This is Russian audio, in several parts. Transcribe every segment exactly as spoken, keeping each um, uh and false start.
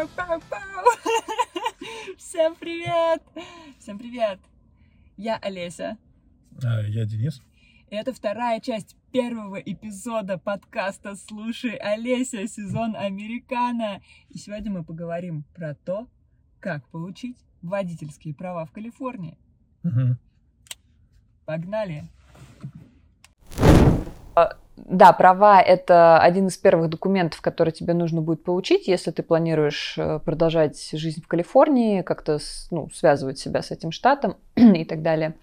Пау-пау-пау! Всем привет! Всем привет! Я Олеся. А, я Денис. И это вторая часть первого эпизода подкаста «Слушай, Олеся», сезон «Американо». И сегодня мы поговорим про то, как получить водительские права в Калифорнии. Угу. Погнали! Да, права – это один из первых документов, который тебе нужно будет получить, если ты планируешь продолжать жизнь в Калифорнии, как-то ну, связывать себя с этим штатом и так далее.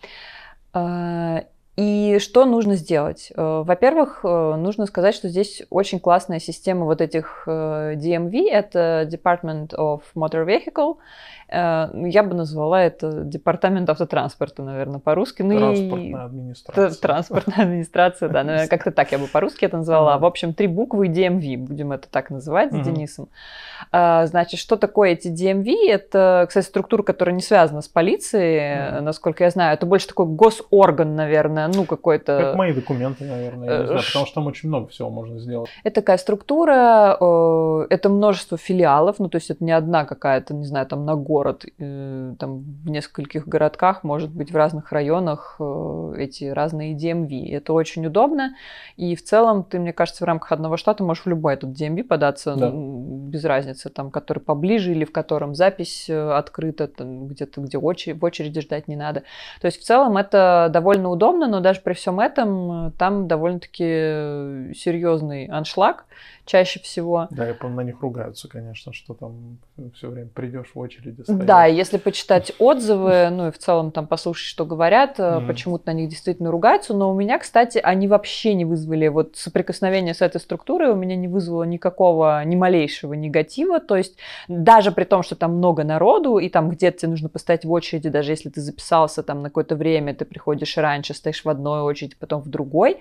И что нужно сделать? Во-первых, нужно сказать, что здесь очень классная система вот этих ди эм ви, это Department of Motor Vehicle. Я бы назвала это Департамент автотранспорта, наверное, по-русски. Ну, Транспортная и... администрация. Транспортная администрация, да, наверное, как-то так я бы по-русски это назвала. В общем, три буквы ди эм ви, будем это так называть с uh-huh. Денисом. Значит, что такое эти ди эм ви? Это, кстати, структура, которая не связана с полицией, uh-huh. насколько я знаю. Это больше такой госорган, наверное, ну какой-то... Как мои документы, наверное, я не знаю, потому что там очень много всего можно сделать. Это такая структура, это множество филиалов, ну то есть это не одна какая-то, не знаю, там на город, там в нескольких городках, может быть, в разных районах эти разные ди эм ви. Это очень удобно, и в целом ты, мне кажется, в рамках одного штата можешь в любой этот ди эм ви податься, да. Без разницы, там, который поближе или в котором запись открыта, там, где-то, где очередь, в очереди ждать не надо. То есть в целом это довольно удобно, но даже при всем этом там довольно-таки серьезный аншлаг чаще всего. Да, я помню, на них ругаются, конечно, что там все время придешь в очереди стоять. Да, и если почитать отзывы, ну и в целом там послушать, что говорят, mm-hmm. почему-то на них действительно ругаются, но у меня, кстати, они вообще не вызвали, вот соприкосновение с этой структурой у меня не вызвало никакого, ни малейшего негатива, то есть даже при том, что там много народу, и там где-то тебе нужно постоять в очереди, даже если ты записался там на какое-то время, ты приходишь раньше, стоишь в одной очереди, потом в другой,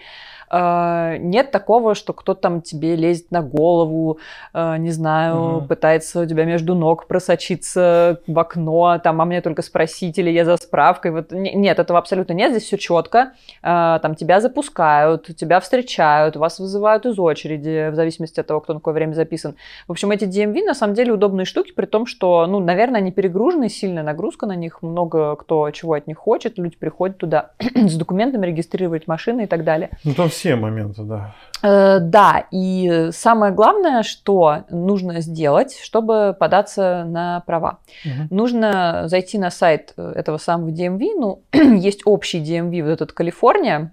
нет такого, что кто-то там тебе лезет на голову, не знаю, mm-hmm. пытается у тебя между ног просочиться в окно, там, а мне только спросить, или я за справкой. Вот, нет, этого абсолютно нет, здесь все четко. Там тебя запускают, тебя встречают, вас вызывают из очереди, в зависимости от того, кто на какое время записан. В общем, эти ди эм ви на самом деле удобные штуки, при том, что, ну, наверное, они перегружены, сильная нагрузка на них, много кто чего от них хочет, люди приходят туда с документами, регистрировать машины и так далее. Ну, там все моменты, да. Э, да, и самое главное, что нужно сделать, чтобы податься на права. Угу. Нужно зайти на сайт этого самого ди эм ви, ну, есть общий ди эм ви, вот этот Калифорния,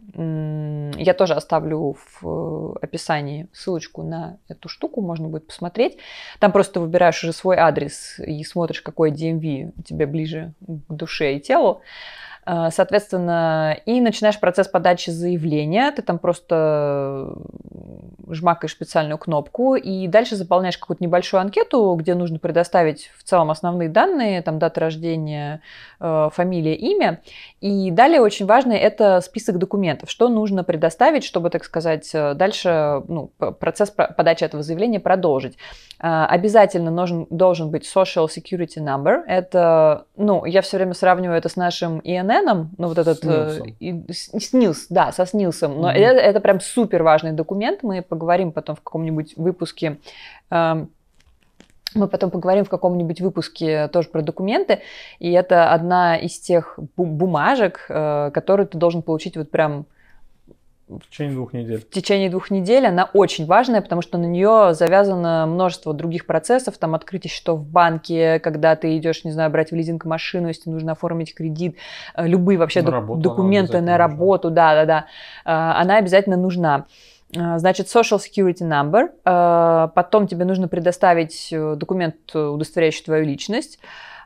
я тоже оставлю в описании ссылочку на эту штуку, можно будет посмотреть. Там просто выбираешь уже свой адрес и смотришь, какой ди эм ви тебе ближе к душе и телу. Соответственно, и начинаешь процесс подачи заявления, ты там просто жмакаешь специальную кнопку и дальше заполняешь какую-то небольшую анкету, где нужно предоставить в целом основные данные, там дата рождения, фамилия, имя. И далее очень важно это список документов, что нужно предоставить, чтобы, так сказать, дальше ну, процесс подачи этого заявления продолжить. Обязательно нужен, должен быть Social Security Number, это, ну, я все время сравниваю это с нашим и эн эн, ну вот этот снилс, да, со снилсом, но mm-hmm. это, это прям супер важный документ, мы поговорим потом в каком-нибудь выпуске, э, мы потом поговорим в каком-нибудь выпуске тоже про документы, и это одна из тех бумажек, э, которые ты должен получить вот прям в течение двух недель. В течение двух недель она очень важная, потому что на нее завязано множество других процессов, там открытие счетов в банке, когда ты идешь, не знаю, брать в лизинг машину, если нужно оформить кредит, любые вообще на док- работу документы на работу, да-да-да, она обязательно нужна. Значит, Social Security Number, потом тебе нужно предоставить документ, удостоверяющий твою личность.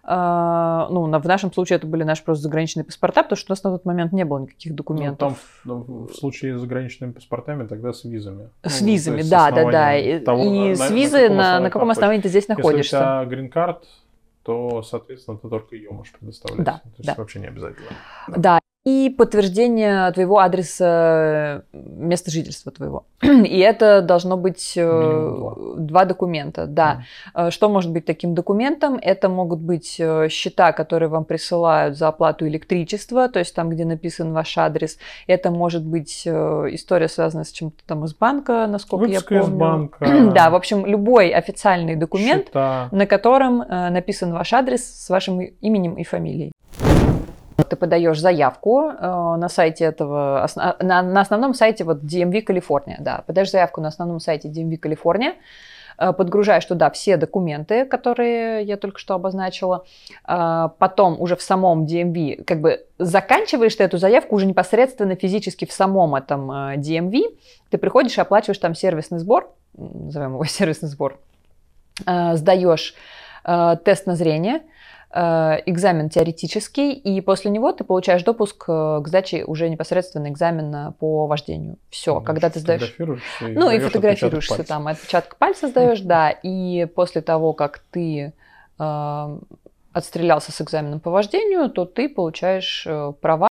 Ну, в нашем случае это были наши просто заграничные паспорта, потому что у нас на тот момент не было никаких документов. Ну, там в случае с заграничными паспортами тогда с визами. С ну, визами, да, да, да. И, того, и на, с визы на, на каком основании ты здесь Если находишься. Если у тебя грин-карт, то, соответственно, ты только ее можешь предоставлять. Да, То есть да. вообще не обязательно. Да. Да. и подтверждение твоего адреса, места жительства твоего. И это должно быть два. два документа. Да. Mm. Что может быть таким документом? Это могут быть счета, которые вам присылают за оплату электричества, то есть там, где написан ваш адрес. Это может быть история, связанная с чем-то там из банка, насколько Выпуска я помню. Из банка. Да, в общем, любой официальный документ, счета. На котором написан ваш адрес с вашим именем и фамилией. Ты подаешь заявку э, на сайте этого, на, на основном сайте вот ди эм ви Калифорния, да, подаешь заявку на основном сайте ди эм ви Калифорния, э, подгружаешь туда все документы, которые я только что обозначила, э, потом уже в самом ди эм ви, как бы заканчиваешь ты эту заявку уже непосредственно физически в самом этом э, ди эм ви, ты приходишь и оплачиваешь там сервисный сбор, назовем его сервисный сбор, э, сдаешь э, тест на зрение, экзамен теоретический, и после него ты получаешь допуск к сдаче уже непосредственно экзамена по вождению. Все, ну, когда ты сдаешь... И ну, и фотографируешься там, отпечаток пальца сдаешь, да, и после того, как ты э, отстрелялся с экзаменом по вождению, то ты получаешь э, права.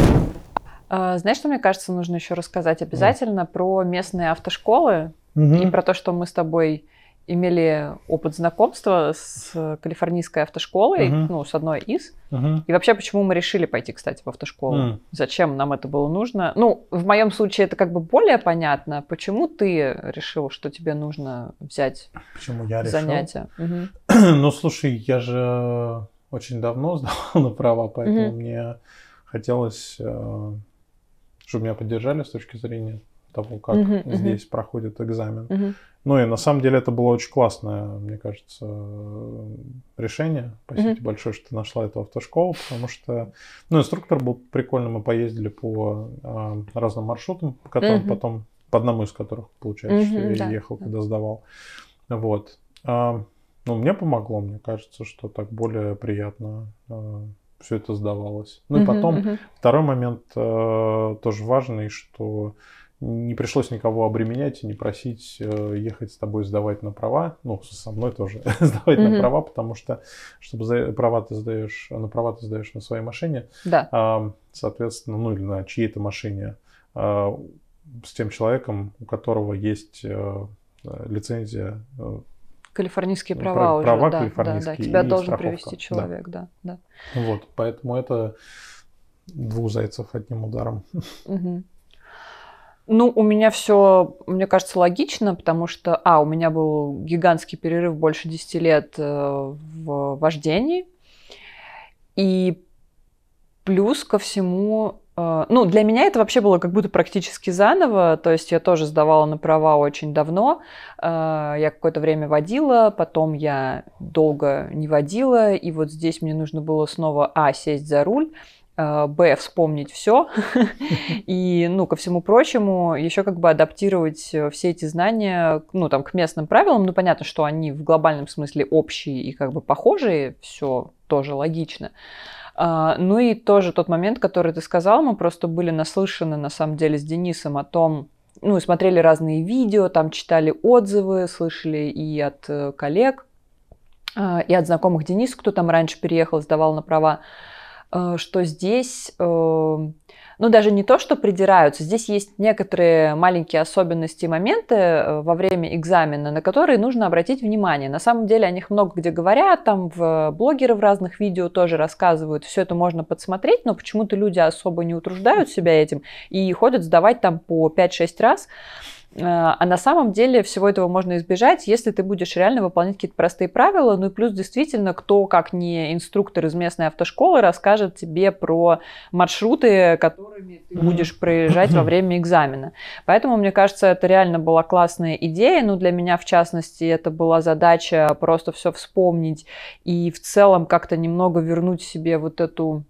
Э, знаешь, что мне кажется, нужно еще рассказать обязательно? Mm. Про местные автошколы mm-hmm. и про то, что мы с тобой имели опыт знакомства с калифорнийской автошколой, uh-huh. ну, с одной из. Uh-huh. И вообще, почему мы решили пойти, кстати, в автошколу? Uh-huh. Зачем нам это было нужно? Ну, в моем случае это как бы более понятно. Почему ты решил, что тебе нужно взять Почему я занятия? Uh-huh. Ну, слушай, я же очень давно сдавал на права, поэтому uh-huh. мне хотелось, чтобы меня поддержали с точки зрения того, как uh-huh. здесь uh-huh. проходит экзамен. Uh-huh. Ну и на самом деле это было очень классное, мне кажется, решение. Спасибо mm-hmm. большое, что ты нашла эту автошколу, потому что ну, инструктор был прикольный, мы поездили по э, разным маршрутам, по которым mm-hmm. потом, по одному из которых, получается, mm-hmm, что я да. ехал, когда сдавал. Вот. А, ну, мне помогло, мне кажется, что так более приятно э, все это сдавалось. Ну и mm-hmm, потом mm-hmm. второй момент э, тоже важный, что не пришлось никого обременять и не просить э, ехать с тобой сдавать на права. Ну, со мной тоже сдавать mm-hmm. на права, потому что, чтобы за, права ты сдаешь, на права ты сдаешь на своей машине, да. э, соответственно, ну или на чьей-то машине, э, с тем человеком, у которого есть э, лицензия. Э, Калифорнийские права, уже, права да, калифорнийские, да, да. Тебя должен страховка. привести человек, да. Да, да. Вот, поэтому это двух зайцев одним ударом. Mm-hmm. Ну, у меня все, мне кажется, логично, потому что, а, у меня был гигантский перерыв больше десяти лет в вождении, и плюс ко всему, ну, для меня это вообще было как будто практически заново, то есть я тоже сдавала на права очень давно, я какое-то время водила, потом я долго не водила, и вот здесь мне нужно было снова, а, сесть за руль, Б, вспомнить все, и, ну, ко всему прочему, еще как бы адаптировать все эти знания, ну, там, к местным правилам. Ну, понятно, что они в глобальном смысле общие и как бы похожие, все тоже логично. Ну и тоже тот момент, который ты сказал, мы просто были наслышаны, на самом деле, с Денисом о том, ну, и смотрели разные видео, там читали отзывы, слышали и от коллег, и от знакомых Дениса, кто там раньше переехал, сдавал на права, что здесь, ну, даже не то, что придираются, здесь есть некоторые маленькие особенности и моменты во время экзамена, на которые нужно обратить внимание. На самом деле о них много где говорят, там в блогеры в разных видео тоже рассказывают, все это можно подсмотреть, но почему-то люди особо не утруждают себя этим и ходят сдавать там по пять-шесть раз. А на самом деле всего этого можно избежать, если ты будешь реально выполнять какие-то простые правила. Ну и плюс действительно, кто, как не инструктор из местной автошколы, расскажет тебе про маршруты, которыми ты будешь проезжать во время экзамена. Поэтому, мне кажется, это реально была классная идея. Ну, для меня, в частности, это была задача просто все вспомнить и в целом как-то немного вернуть себе вот эту...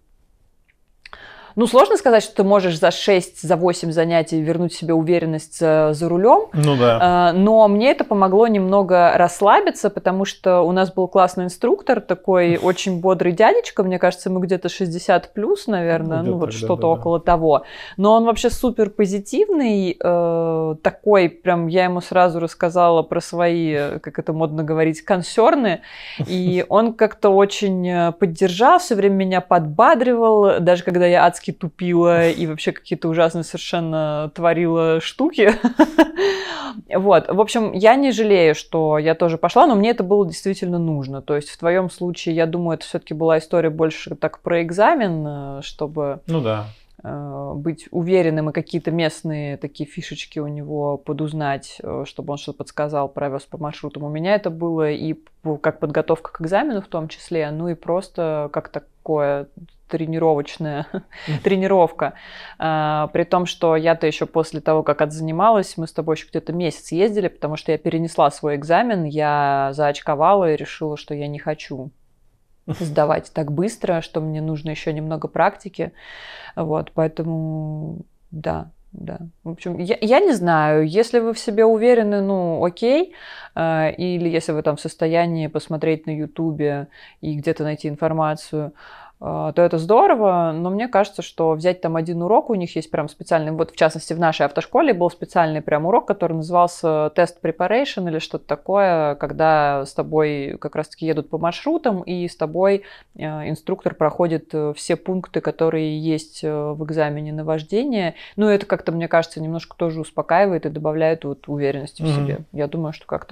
Ну, сложно сказать, что ты можешь за шесть, за восемь занятий вернуть себе уверенность за, за рулем. Ну да. Но мне это помогло немного расслабиться, потому что у нас был классный инструктор, такой очень бодрый дядечка, мне кажется, ему где-то шестьдесят плюс, наверное, ну, ну вот что-то да, около да. того. Но он вообще супер позитивный, э, такой, прям я ему сразу рассказала про свои, как это модно говорить, консерны, и он как-то очень поддержал, все время меня подбадривал, даже когда я адски адски тупила и вообще какие-то ужасные совершенно творила штуки. Вот, в общем, я не жалею, что я тоже пошла, но мне это было действительно нужно. То есть в твоем случае, я думаю, это все-таки была история больше так про экзамен, чтобы... Ну да. быть уверенным и какие-то местные такие фишечки у него подузнать, чтобы он что-то подсказал, провез по маршрутам. У меня это было и как подготовка к экзамену в том числе, ну и просто как такое тренировочная тренировка. А, при том, что я-то еще после того, как отзанималась, мы с тобой еще где-то месяц ездили, потому что я перенесла свой экзамен, я заочковала и решила, что я не хочу сдавать так быстро, что мне нужно еще немного практики. Вот, поэтому да, да. В общем, я, я не знаю, если вы в себе уверены, ну, окей, э, или если вы там в состоянии посмотреть на Ютубе и где-то найти информацию, то это здорово, но мне кажется, что взять там один урок, у них есть прям специальный, вот в частности в нашей автошколе был специальный прям урок, который назывался Test Preparation или что-то такое, когда с тобой как раз-таки едут по маршрутам, и с тобой инструктор проходит все пункты, которые есть в экзамене на вождение. Ну, это как-то, мне кажется, немножко тоже успокаивает и добавляет вот уверенности mm-hmm. в себе. Я думаю, что как-то...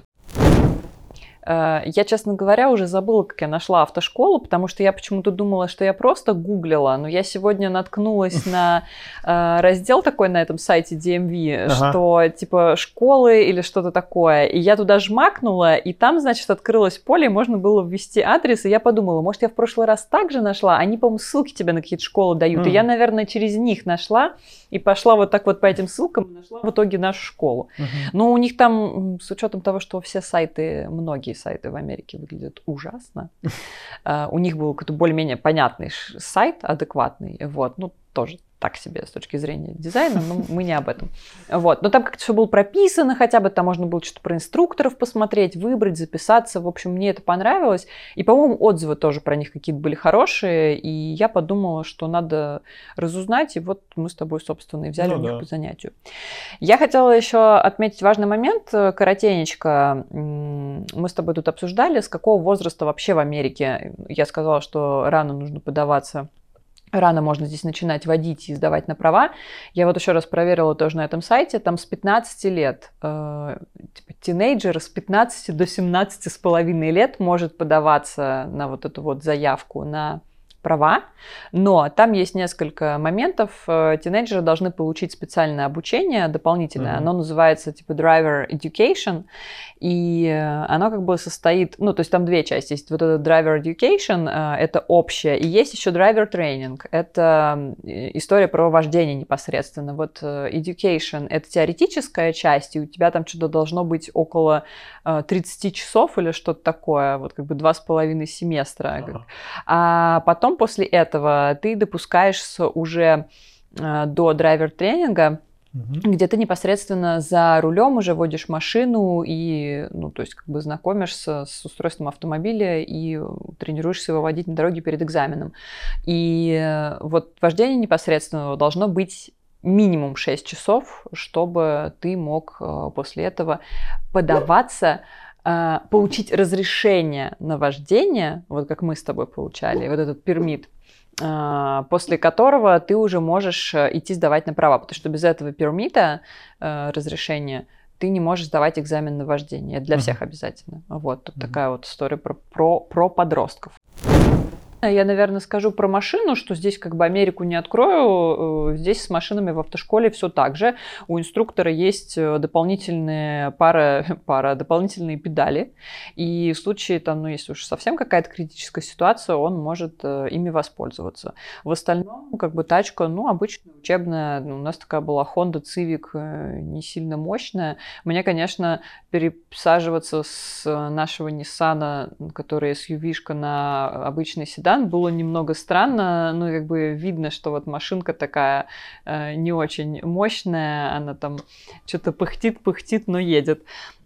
Я, честно говоря, уже забыла, как я нашла автошколу, потому что я почему-то думала, что я просто гуглила, но я сегодня наткнулась на э, раздел такой на этом сайте ди эм ви, ага. что типа школы или что-то такое, и я туда жмакнула, и там, значит, открылось поле, и можно было ввести адрес, и я подумала, может, я в прошлый раз также нашла, они, по-моему, ссылки тебе на какие-то школы дают, mm. и я, наверное, через них нашла, и пошла вот так вот по этим ссылкам, и нашла в итоге нашу школу. Uh-huh. Но у них там, с учетом того, что все сайты, многие сайты в Америке выглядят ужасно, uh, у них был какой-то более-менее понятный сайт, адекватный, вот, ну, тоже так себе с точки зрения дизайна, но мы не об этом. Вот. Но там как-то все было прописано, хотя бы там можно было что-то про инструкторов посмотреть, выбрать, записаться. В общем, мне это понравилось. И, по-моему, отзывы тоже про них какие-то были хорошие. И я подумала, что надо разузнать. И вот мы с тобой, собственно, и взяли ну, у них да. по занятию. Я хотела еще отметить важный момент. Коротенечко. Мы с тобой тут обсуждали, с какого возраста вообще в Америке. Я сказала, что рано нужно подаваться. Рано можно здесь начинать водить и сдавать на права. Я вот еще раз проверила тоже на этом сайте. Там с пятнадцати лет, э, типа, тинейджер с пятнадцати до семнадцати с половиной лет может подаваться на вот эту вот заявку на права. Но там есть несколько моментов. Тинейджеры должны получить специальное обучение дополнительное. Mm-hmm. Оно называется типа driver education. И оно как бы состоит... Ну, то есть там две части. Есть вот это driver education, это общее. И есть еще driver training. Это история про вождение непосредственно. Вот education — это теоретическая часть, и у тебя там что-то должно быть около тридцати часов или что-то такое. Вот как бы два с половиной семестра. Uh-huh. А потом после этого ты допускаешься уже до драйвер-тренинга, угу. где ты непосредственно за рулем уже водишь машину и, ну, то есть как бы знакомишься с устройством автомобиля и тренируешься его водить на дороге перед экзаменом. И вот вождение непосредственного должно быть минимум шесть часов, чтобы ты мог после этого подаваться, получить разрешение на вождение, вот как мы с тобой получали, вот этот пермит, после которого ты уже можешь идти сдавать на права, потому что без этого пермита, разрешения, ты не можешь сдавать экзамен на вождение. Это для uh-huh. всех обязательно. Вот тут uh-huh. такая вот история про, про, про подростков. Я, наверное, скажу про машину, что здесь как бы Америку не открою. Здесь с машинами в автошколе все так же. У инструктора есть дополнительные пара, пара дополнительные педали. И в случае, там, ну, если уж совсем какая-то критическая ситуация, он может ими воспользоваться. В остальном, как бы тачка, ну, обычная, учебная. У нас такая была Honda Civic, не сильно мощная. Мне, конечно, пересаживаться с нашего Nissan, который эс ю ви-шка, на обычный седан, было немного странно, ну, как бы видно, что вот машинка такая э, не очень мощная, она там что-то пыхтит, пыхтит, но едет.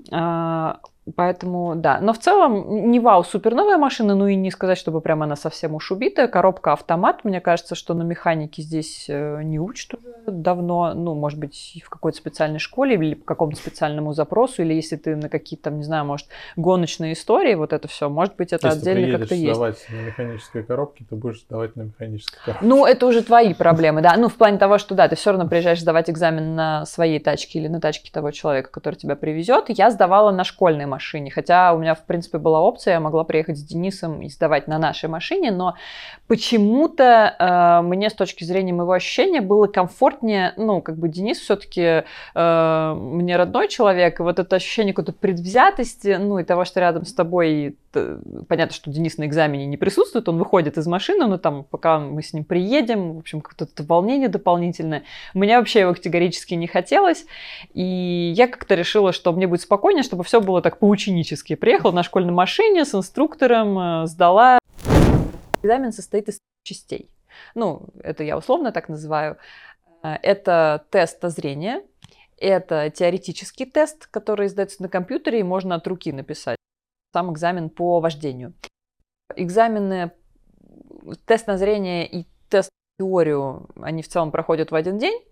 Поэтому, да. Но в целом не вау, супер новая машина, ну и не сказать, чтобы прям она совсем уж убитая. Коробка автомат, мне кажется, что на механике здесь не учат уже давно. Ну, может быть, в какой-то специальной школе или по какому-то специальному запросу, или если ты на какие-то, не знаю, может, гоночные истории, вот это все, может быть, это если отдельно как-то есть. Если ты приедешь сдавать на механической коробке, ты будешь сдавать на механической коробке. Ну, это уже твои проблемы, да. Ну, в плане того, что, да, ты все равно приезжаешь сдавать экзамен на своей тачке или на тачке того человека, который тебя привезет. Я сдавала на школьной машине, хотя у меня, в принципе, была опция, я могла приехать с Денисом и сдавать на нашей машине, но почему-то э, мне с точки зрения моего ощущения было комфортнее, ну, как бы Денис все-таки э, мне родной человек, и вот это ощущение какой-то предвзятости, ну, и того, что рядом с тобой, то, понятно, что Денис на экзамене не присутствует, он выходит из машины, но там, пока мы с ним приедем, в общем, какое-то волнение дополнительное, мне вообще его категорически не хотелось, и я как-то решила, что мне будет спокойнее, чтобы все было так поученически. Приехала на школьной машине с инструктором, сдала. Экзамен состоит из частей. Ну, это я условно так называю. Это тест на зрение, это теоретический тест, который сдается на компьютере, и можно от руки написать. Сам экзамен по вождению. Экзамены, тест на зрение и тест на теорию, они в целом проходят в один день.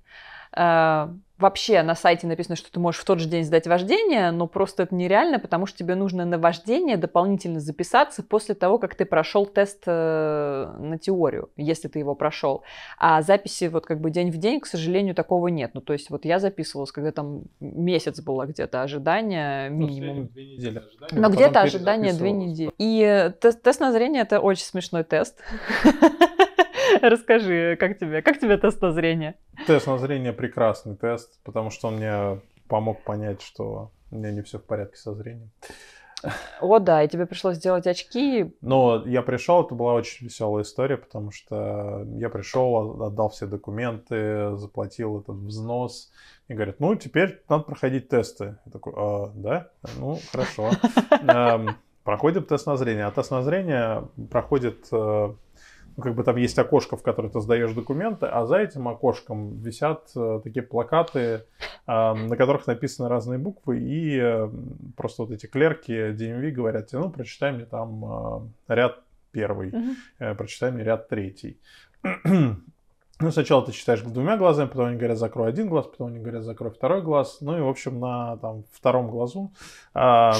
Вообще на сайте написано, что ты можешь в тот же день сдать вождение, но просто это нереально, потому что тебе нужно на вождение дополнительно записаться после того, как ты прошел тест на теорию, если ты его прошел. А записи вот как бы день в день, к сожалению, такого нет. Ну, то есть вот я записывалась, когда там месяц было где-то ожидание минимум. Ну, две недели ожидания, но где-то ожидание две недели. И тест, тест на зрение — это очень смешной тест. Расскажи, как тебе, как тебе тест на зрение? Тест на зрение прекрасный тест, потому что он мне помог понять, что у меня не все в порядке со зрением. О, да, и тебе пришлось сделать очки. Но я пришел, это была очень веселая история, потому что я пришел, отдал все документы, заплатил этот взнос. И говорят, ну, теперь надо проходить тесты. Я такой, а, да? Ну, хорошо. Проходим тест на зрение. А тест на зрение проходит... Ну, как бы там есть окошко, в которое ты сдаешь документы, а за этим окошком висят э, такие плакаты, э, на которых написаны разные буквы, и э, просто вот эти клерки ди эм ви говорят тебе, ну, прочитай мне там э, ряд первый, uh-huh. э, прочитай мне ряд третий. Ну, сначала ты читаешь двумя глазами, потом они говорят, закрой один глаз, потом они говорят, закрой второй глаз. Ну, и, в общем, на там, втором глазу... Э,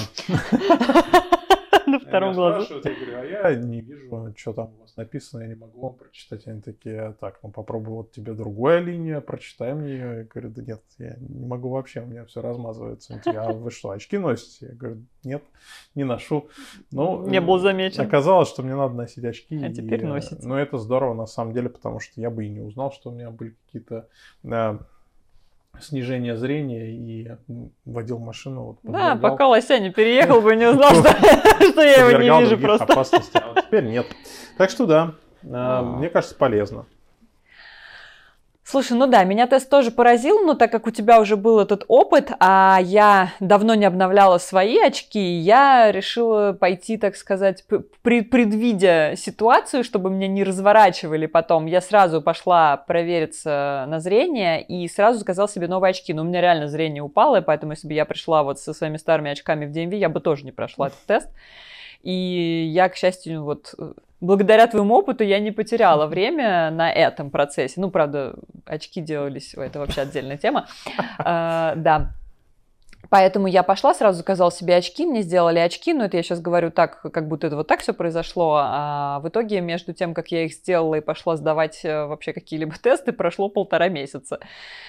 на втором глазу. Я говорю, а я не вижу, что там у вас написано, я не могу вам прочитать. Они такие, так, ну попробуй вот тебе другая линия, прочитай мне ее. Я говорю, да нет, я не могу вообще, у меня все размазывается. Они такие, а вы что, очки носите? Я говорю, нет, не ношу. Ну, не был замечен. Оказалось, что мне надо носить очки. А теперь и, носите. Ну, это здорово на самом деле, потому что я бы и не узнал, что у меня были какие-то... снижение зрения и водил машину. Вот, да, пока Лося не переехал бы, не узнал, что я его не вижу просто. Опасности, а вот теперь нет. Так что да, мне кажется, полезно. Слушай, ну да, меня тест тоже поразил, но так как у тебя уже был этот опыт, а я давно не обновляла свои очки, я решила пойти, так сказать, предвидя ситуацию, чтобы меня не разворачивали потом. Я сразу пошла провериться на зрение и сразу заказала себе новые очки. Но у меня реально зрение упало, и поэтому если бы я пришла вот со своими старыми очками в ди эм ви, я бы тоже не прошла этот тест. И я, к счастью, вот... Благодаря твоему опыту я не потеряла время на этом процессе. Ну, правда, очки делались... Ой, это вообще отдельная тема. А, да. Поэтому я пошла, сразу заказала себе очки, мне сделали очки, но это я сейчас говорю так, как будто это вот так все произошло. А в итоге между тем, как я их сделала и пошла сдавать вообще какие-либо тесты, прошло полтора месяца.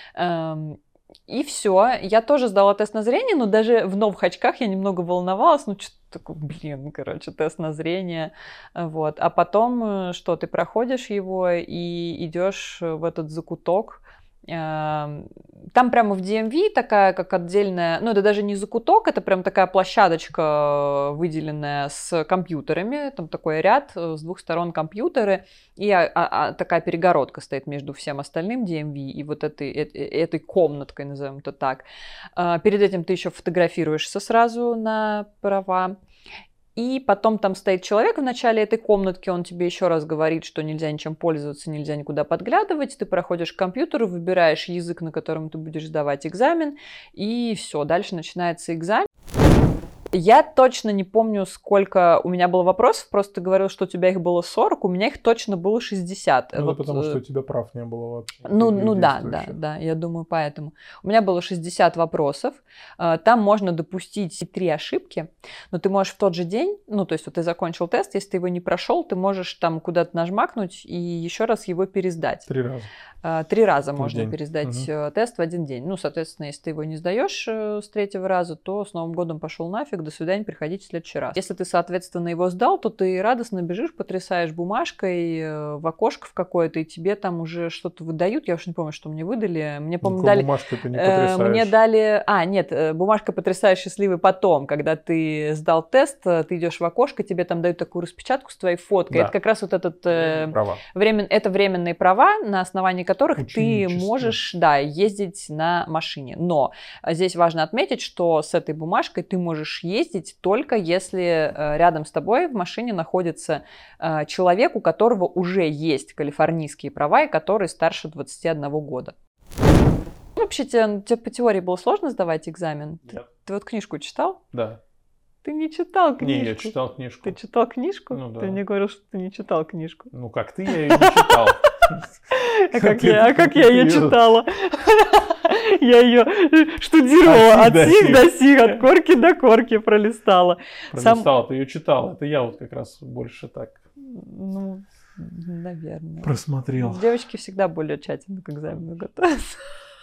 И все. Я тоже сдала тест на зрение, но даже в новых очках я немного волновалась. Ну, что-то такое, блин, короче, тест на зрение. Вот. А потом, что, ты проходишь его и идешь в этот закуток. Там прямо в ди эм ви такая, как отдельная, ну это даже не закуток, это прям такая площадочка, выделенная с компьютерами, там такой ряд, с двух сторон компьютеры, и а, а, такая перегородка стоит между всем остальным ди эм ви и вот этой, э, этой комнаткой, назовем это так. Перед этим ты еще фотографируешься сразу на права. И потом там стоит человек в начале этой комнатки, он тебе еще раз говорит, что нельзя ничем пользоваться, нельзя никуда подглядывать. Ты проходишь к компьютеру, выбираешь язык, на котором ты будешь сдавать экзамен, и все, дальше начинается экзамен. Я точно не помню, сколько у меня было вопросов, просто ты говорил, что у тебя их было сорок, у меня их точно было шестьдесят. Ну, вот, потому что у тебя прав не было вообще. Ну, ну да, да, да, я думаю, поэтому. У меня было шестьдесят вопросов, там можно допустить три ошибки, но ты можешь в тот же день, ну, то есть вот ты закончил тест, если ты его не прошел, ты можешь там куда-то нажмакнуть и еще раз его пересдать. Три раза. Три раза в можно день. пересдать Угу. тест в один день. Ну, соответственно, если ты его не сдаешь с третьего раза, то с Новым годом пошел нафиг, до свидания, приходите в следующий раз. Если ты, соответственно, его сдал, то ты радостно бежишь, потрясаешь бумажкой в окошко в какое-то, и тебе там уже что-то выдают. Я уж не помню, что мне выдали. Мне, по-моему, дали... Бумажкой ты не потрясаешь. Мне дали... А, нет, бумажка потрясаешь счастливый потом. Когда ты сдал тест, ты идешь в окошко, тебе там дают такую распечатку с твоей фоткой. Да. Это как раз вот этот... Права. Времен... Это временные права, на основании которых ты можешь, да, ездить на машине. Но здесь важно отметить, что с этой бумажкой ты можешь ездить только если рядом с тобой в машине находится человек, у которого уже есть калифорнийские права и который старше двадцати одного года. Вообще, тебе, тебе по теории было сложно сдавать экзамен? Ты, ты вот книжку читал? Да. Ты не читал книжку? Не, я читал книжку. Ты читал книжку? Ну, да. Ты мне говорил, что ты не читал книжку. Ну, как ты, я ее не читал. А как я ее читала? Я ее штудировала от сих до сих, от корки до корки пролистала. Пролистала, ты ее читала. Это я вот как раз больше так. Ну, наверное. Просмотрел. Девочки всегда более тщательно к экзамену готовятся.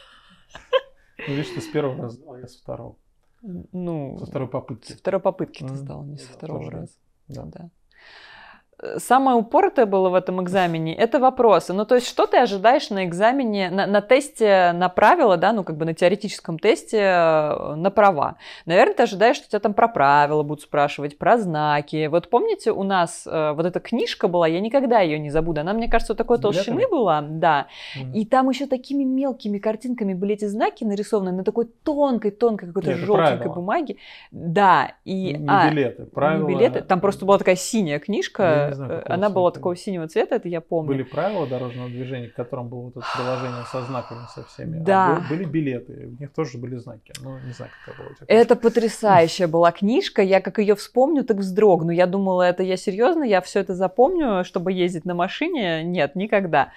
Ну, видишь, ты с первого раза сдал, я со второго. Ну, со второй попытки. Со второй попытки ты сдал, не со второго тоже. раза. Да. Да. Самое упоротое было в этом экзамене – это вопросы. Ну, то есть, что ты ожидаешь на экзамене, на, на тесте на правила, да, ну, как бы на теоретическом тесте на права? Наверное, ты ожидаешь, что тебя там про правила будут спрашивать, про знаки. Вот помните, у нас э, вот эта книжка была, я никогда ее не забуду, она, мне кажется, вот такой толщины была, да, mm-hmm. и там еще такими мелкими картинками были эти знаки нарисованы на такой тонкой-тонкой какой-то Нет, желтенькой бумаге. Да, и... Не а, билеты, правила. Не билеты, там просто была такая синяя книжка. Я не знаю, она была такого синего цвета, это я помню. Были правила дорожного движения, в котором было вот это приложение со знаками со всеми. Да. А были билеты, в них тоже были знаки. Ну, не знаю, какая была у тебя. Это потрясающая была книжка. Я как ее вспомню, так вздрогну. Я думала, это я серьезно, я все это запомню, чтобы ездить на машине. Нет, никогда.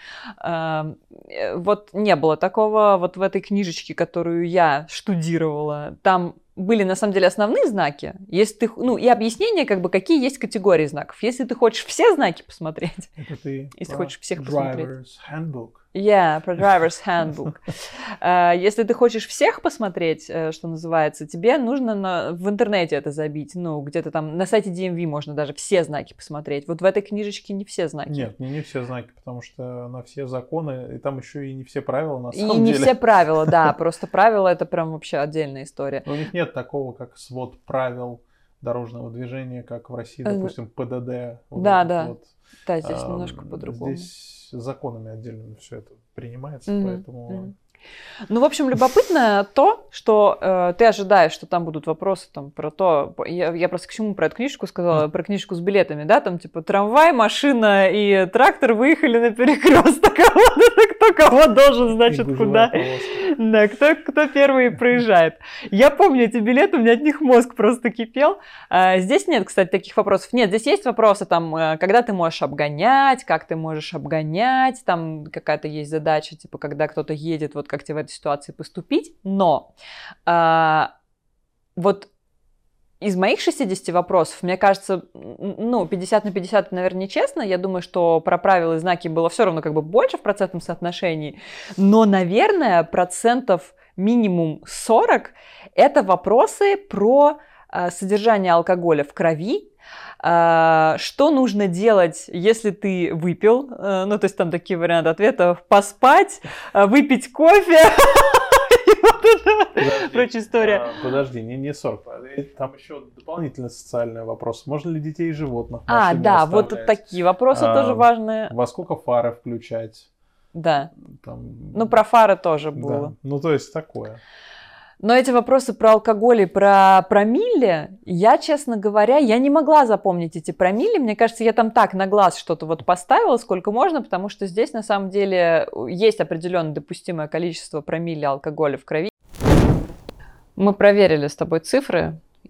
Вот не было такого вот в этой книжечке, которую я штудировала. Там были на самом деле основные знаки, если ты, ну и объяснение, как бы, какие есть категории знаков. Если ты хочешь все знаки посмотреть, это ты если хочешь всех Driver's посмотреть. Handbook. Yeah, про Driver's Handbook. uh, если ты хочешь всех посмотреть, что называется, тебе нужно на, в интернете это забить. Ну, где-то там на сайте ди эм ви можно даже все знаки посмотреть. Вот в этой книжечке не все знаки. Нет, не, не все знаки, потому что на все законы, и там еще и не все правила на самом и деле. И не все правила, да, просто правила это прям вообще отдельная история. Но у них нет такого, как свод правил дорожного движения, как в России, допустим, пэ дэ дэ. Вот да, да. Вот. Да, здесь а, немножко по-другому. Здесь законами отдельно все это принимается, mm-hmm. поэтому... Mm-hmm. Ну, в общем, любопытно то, что э, ты ожидаешь, что там будут вопросы там, про то... Я, я просто к чему про эту книжку сказала, про книжку с билетами, да, там типа трамвай, машина и трактор выехали на перекресток, а вот кто кого должен, значит, куда. Да, кто, кто первый проезжает. Я помню эти билеты, у меня от них мозг просто кипел. А, здесь нет, кстати, таких вопросов. Нет, здесь есть вопросы, там, когда ты можешь обгонять, как ты можешь обгонять, там какая-то есть задача, типа, когда кто-то едет, вот как тебе в этой ситуации поступить. Но а, вот из моих шестидесяти вопросов, мне кажется, ну, пятьдесят на пятьдесят, наверное, нечестно. Я думаю, что про правила и знаки было все равно как бы больше в процентном соотношении. Но, наверное, процентов минимум сорок – это вопросы про а, содержание алкоголя в крови, Uh, что нужно делать, если ты выпил? Uh, ну, то есть там такие варианты ответов: поспать, uh, выпить кофе. Прочая история. Подожди, не, не сорок. Там еще дополнительный социальный вопрос. Можно ли детей и животных в А, машине да, оставлять? вот такие вопросы а, тоже важные. Во сколько фары включать? Да. Там... Ну, про фары тоже было. Да. Ну, то есть такое. Но эти вопросы про алкоголь и про промилле, я, честно говоря, я не могла запомнить эти промилле. Мне кажется, я там так на глаз что-то вот поставила, сколько можно, потому что здесь на самом деле есть определенно допустимое количество промилле алкоголя в крови. Мы проверили с тобой цифры,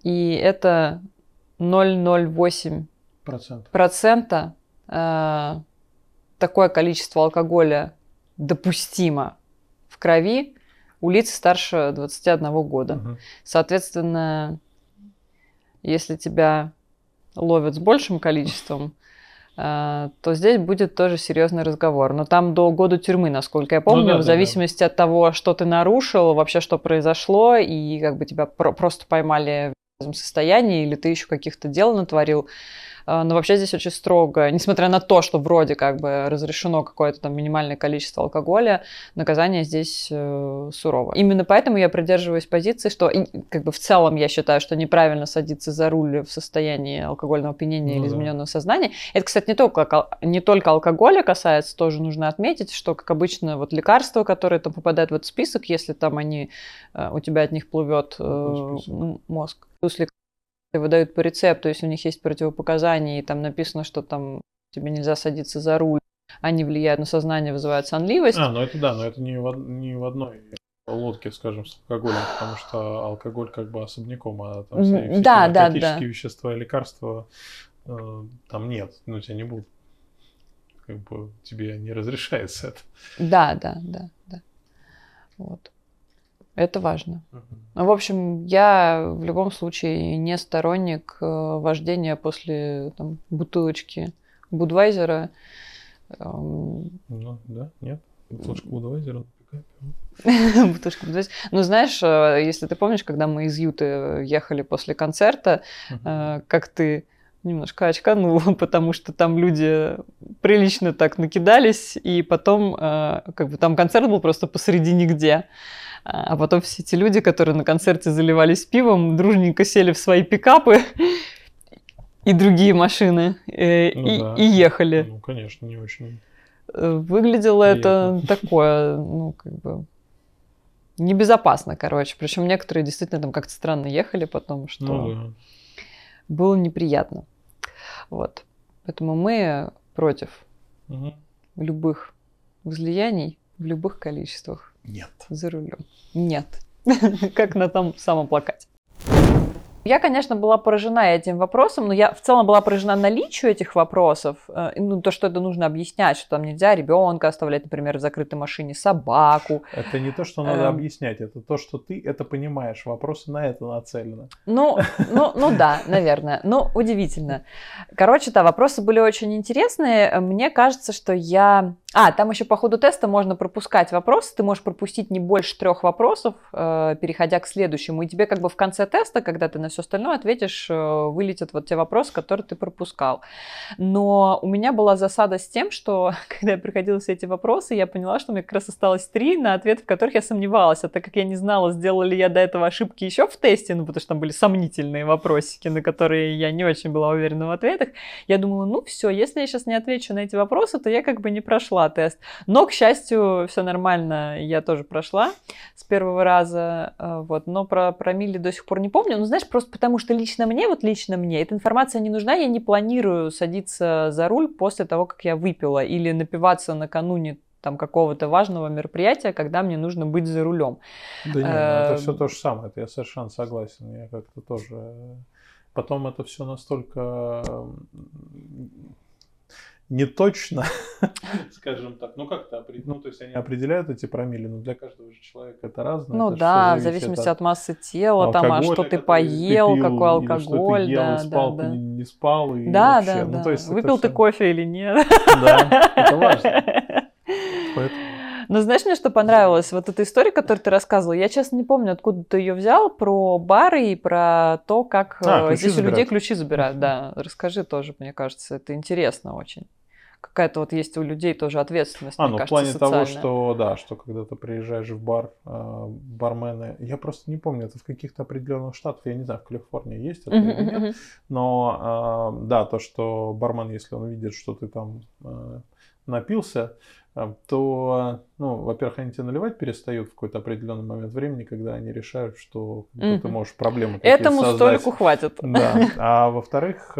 и это ноль целых ноль восемь процента э, такое количество алкоголя допустимо в крови у лиц старше двадцати одного года. Угу. Соответственно, если тебя ловят с большим количеством, то здесь будет тоже серьезный разговор. Но там до года тюрьмы, насколько я помню, ну, да, в зависимости да, да. от того, что ты нарушил, вообще что произошло, и как бы тебя про- просто поймали в этом состоянии, или ты еще каких-то дел натворил. Но вообще здесь очень строго, несмотря на то, что вроде как бы разрешено какое-то там минимальное количество алкоголя, наказание здесь э, сурово. Именно поэтому я придерживаюсь позиции, что и, как бы в целом я считаю, что неправильно садиться за руль в состоянии алкогольного опьянения ну, или измененного да. сознания. Это, кстати, не только, не только алкоголя касается, тоже нужно отметить, что, как обычно, вот лекарства, которые там попадают в этот список, если там они, э, у тебя от них плывет э, мозг, плюс лекарства выдают по рецепту, если у них есть противопоказания, и там написано, что там тебе нельзя садиться за руль, они влияют на сознание, вызывают сонливость. А, ну это да, но это не в, не в одной лодке, скажем, с алкоголем, потому что алкоголь как бы особняком, а там все, все да, наркотические да, да. вещества, лекарства э, там нет, ну тебя не будут, как бы тебе не разрешается это. Да, да, да, да. Вот. Это важно. Uh-huh. В общем, я в любом случае не сторонник вождения после там, бутылочки Будвайзера. Ну, да, нет. Бутылочка Будвайзера. Бутылочка Будвайзера. Ну, знаешь, если ты помнишь, когда мы из Юты ехали после концерта, uh-huh. как ты немножко очканул, потому что там люди прилично так накидались, и потом как бы там концерт был просто посреди нигде. А потом все эти люди, которые на концерте заливались пивом, дружненько сели в свои пикапы и другие машины э, ну, и, да. и ехали. Ну, конечно, не очень. Выглядело приятно. Это такое, ну, как бы, небезопасно, короче. Причем некоторые действительно там как-то странно ехали потом, что ну, да. было неприятно. Вот. Поэтому мы против угу. любых возлияний в любых количествах. Нет. За рулем. Нет. Как на том самом плакате. Я, конечно, была поражена этим вопросом, но я в целом была поражена наличию этих вопросов. Ну, то, что это нужно объяснять, что там нельзя ребенка оставлять, например, в закрытой машине, собаку. Это не то, что надо эм... объяснять, это то, что ты это понимаешь. Вопросы на это нацелены. Ну, ну, ну да, наверное. Ну, удивительно. Короче, да, вопросы были очень интересные. Мне кажется, что я... А, там еще по ходу теста можно пропускать вопросы. Ты можешь пропустить не больше трех вопросов, э, переходя к следующему. И тебе как бы в конце теста, когда ты на все остальное ответишь, э, вылетят вот те вопросы, которые ты пропускал. Но у меня была засада с тем, что когда я приходила все эти вопросы, я поняла, что у меня как раз осталось три, на ответ в которых я сомневалась. А так как я не знала, сделала ли я до этого ошибки еще в тесте, ну потому что там были сомнительные вопросики, на которые я не очень была уверена в ответах, я думала, ну все, если я сейчас не отвечу на эти вопросы, то я как бы не прошла тест. Но, к счастью, все нормально, я тоже прошла с первого раза, вот, но про промилле до сих пор не помню, ну, знаешь, просто потому что лично мне, вот лично мне, эта информация не нужна, я не планирую садиться за руль после того, как я выпила, или напиваться накануне там какого-то важного мероприятия, когда мне нужно быть за рулем. Да нет, это все то же самое, это я совершенно согласен, я как-то тоже... Потом это все настолько... не точно, скажем так. Ну, как-то, ну, то есть они определяют эти промилле, но для каждого же человека это разное. Ну это да, в зависимости от, от массы тела, там, а что ты поел, ты пил, какой алкоголь, или что ты ел, да, и спал, да, ты да. не, не спал, и да, вообще. Да, ну, да, то есть выпил ты все... кофе или нет. Да, это важно. Поэтому... Но знаешь, мне что понравилось? Вот эта история, которую ты рассказывал, я, честно, не помню, откуда ты ее взял, про бары и про то, как а, здесь у людей ключи забирают. Да, расскажи тоже, мне кажется, это интересно очень. Какая-то вот есть у людей тоже ответственность, а, мне ну, кажется, в плане социальная. того, что, да, что когда ты приезжаешь в бар, э, бармены, я просто не помню, это в каких-то определенных штатах, я не знаю, в Калифорнии есть это uh-huh, или нет, uh-huh. но, э, да, то, что бармен, если он видит, что ты там э, напился, то, ну, во-первых, они тебе наливать перестают в какой-то определенный момент времени, когда они решают, что mm-hmm. ты можешь проблемы какие-то Этому создать. столику хватит. Да. А во-вторых,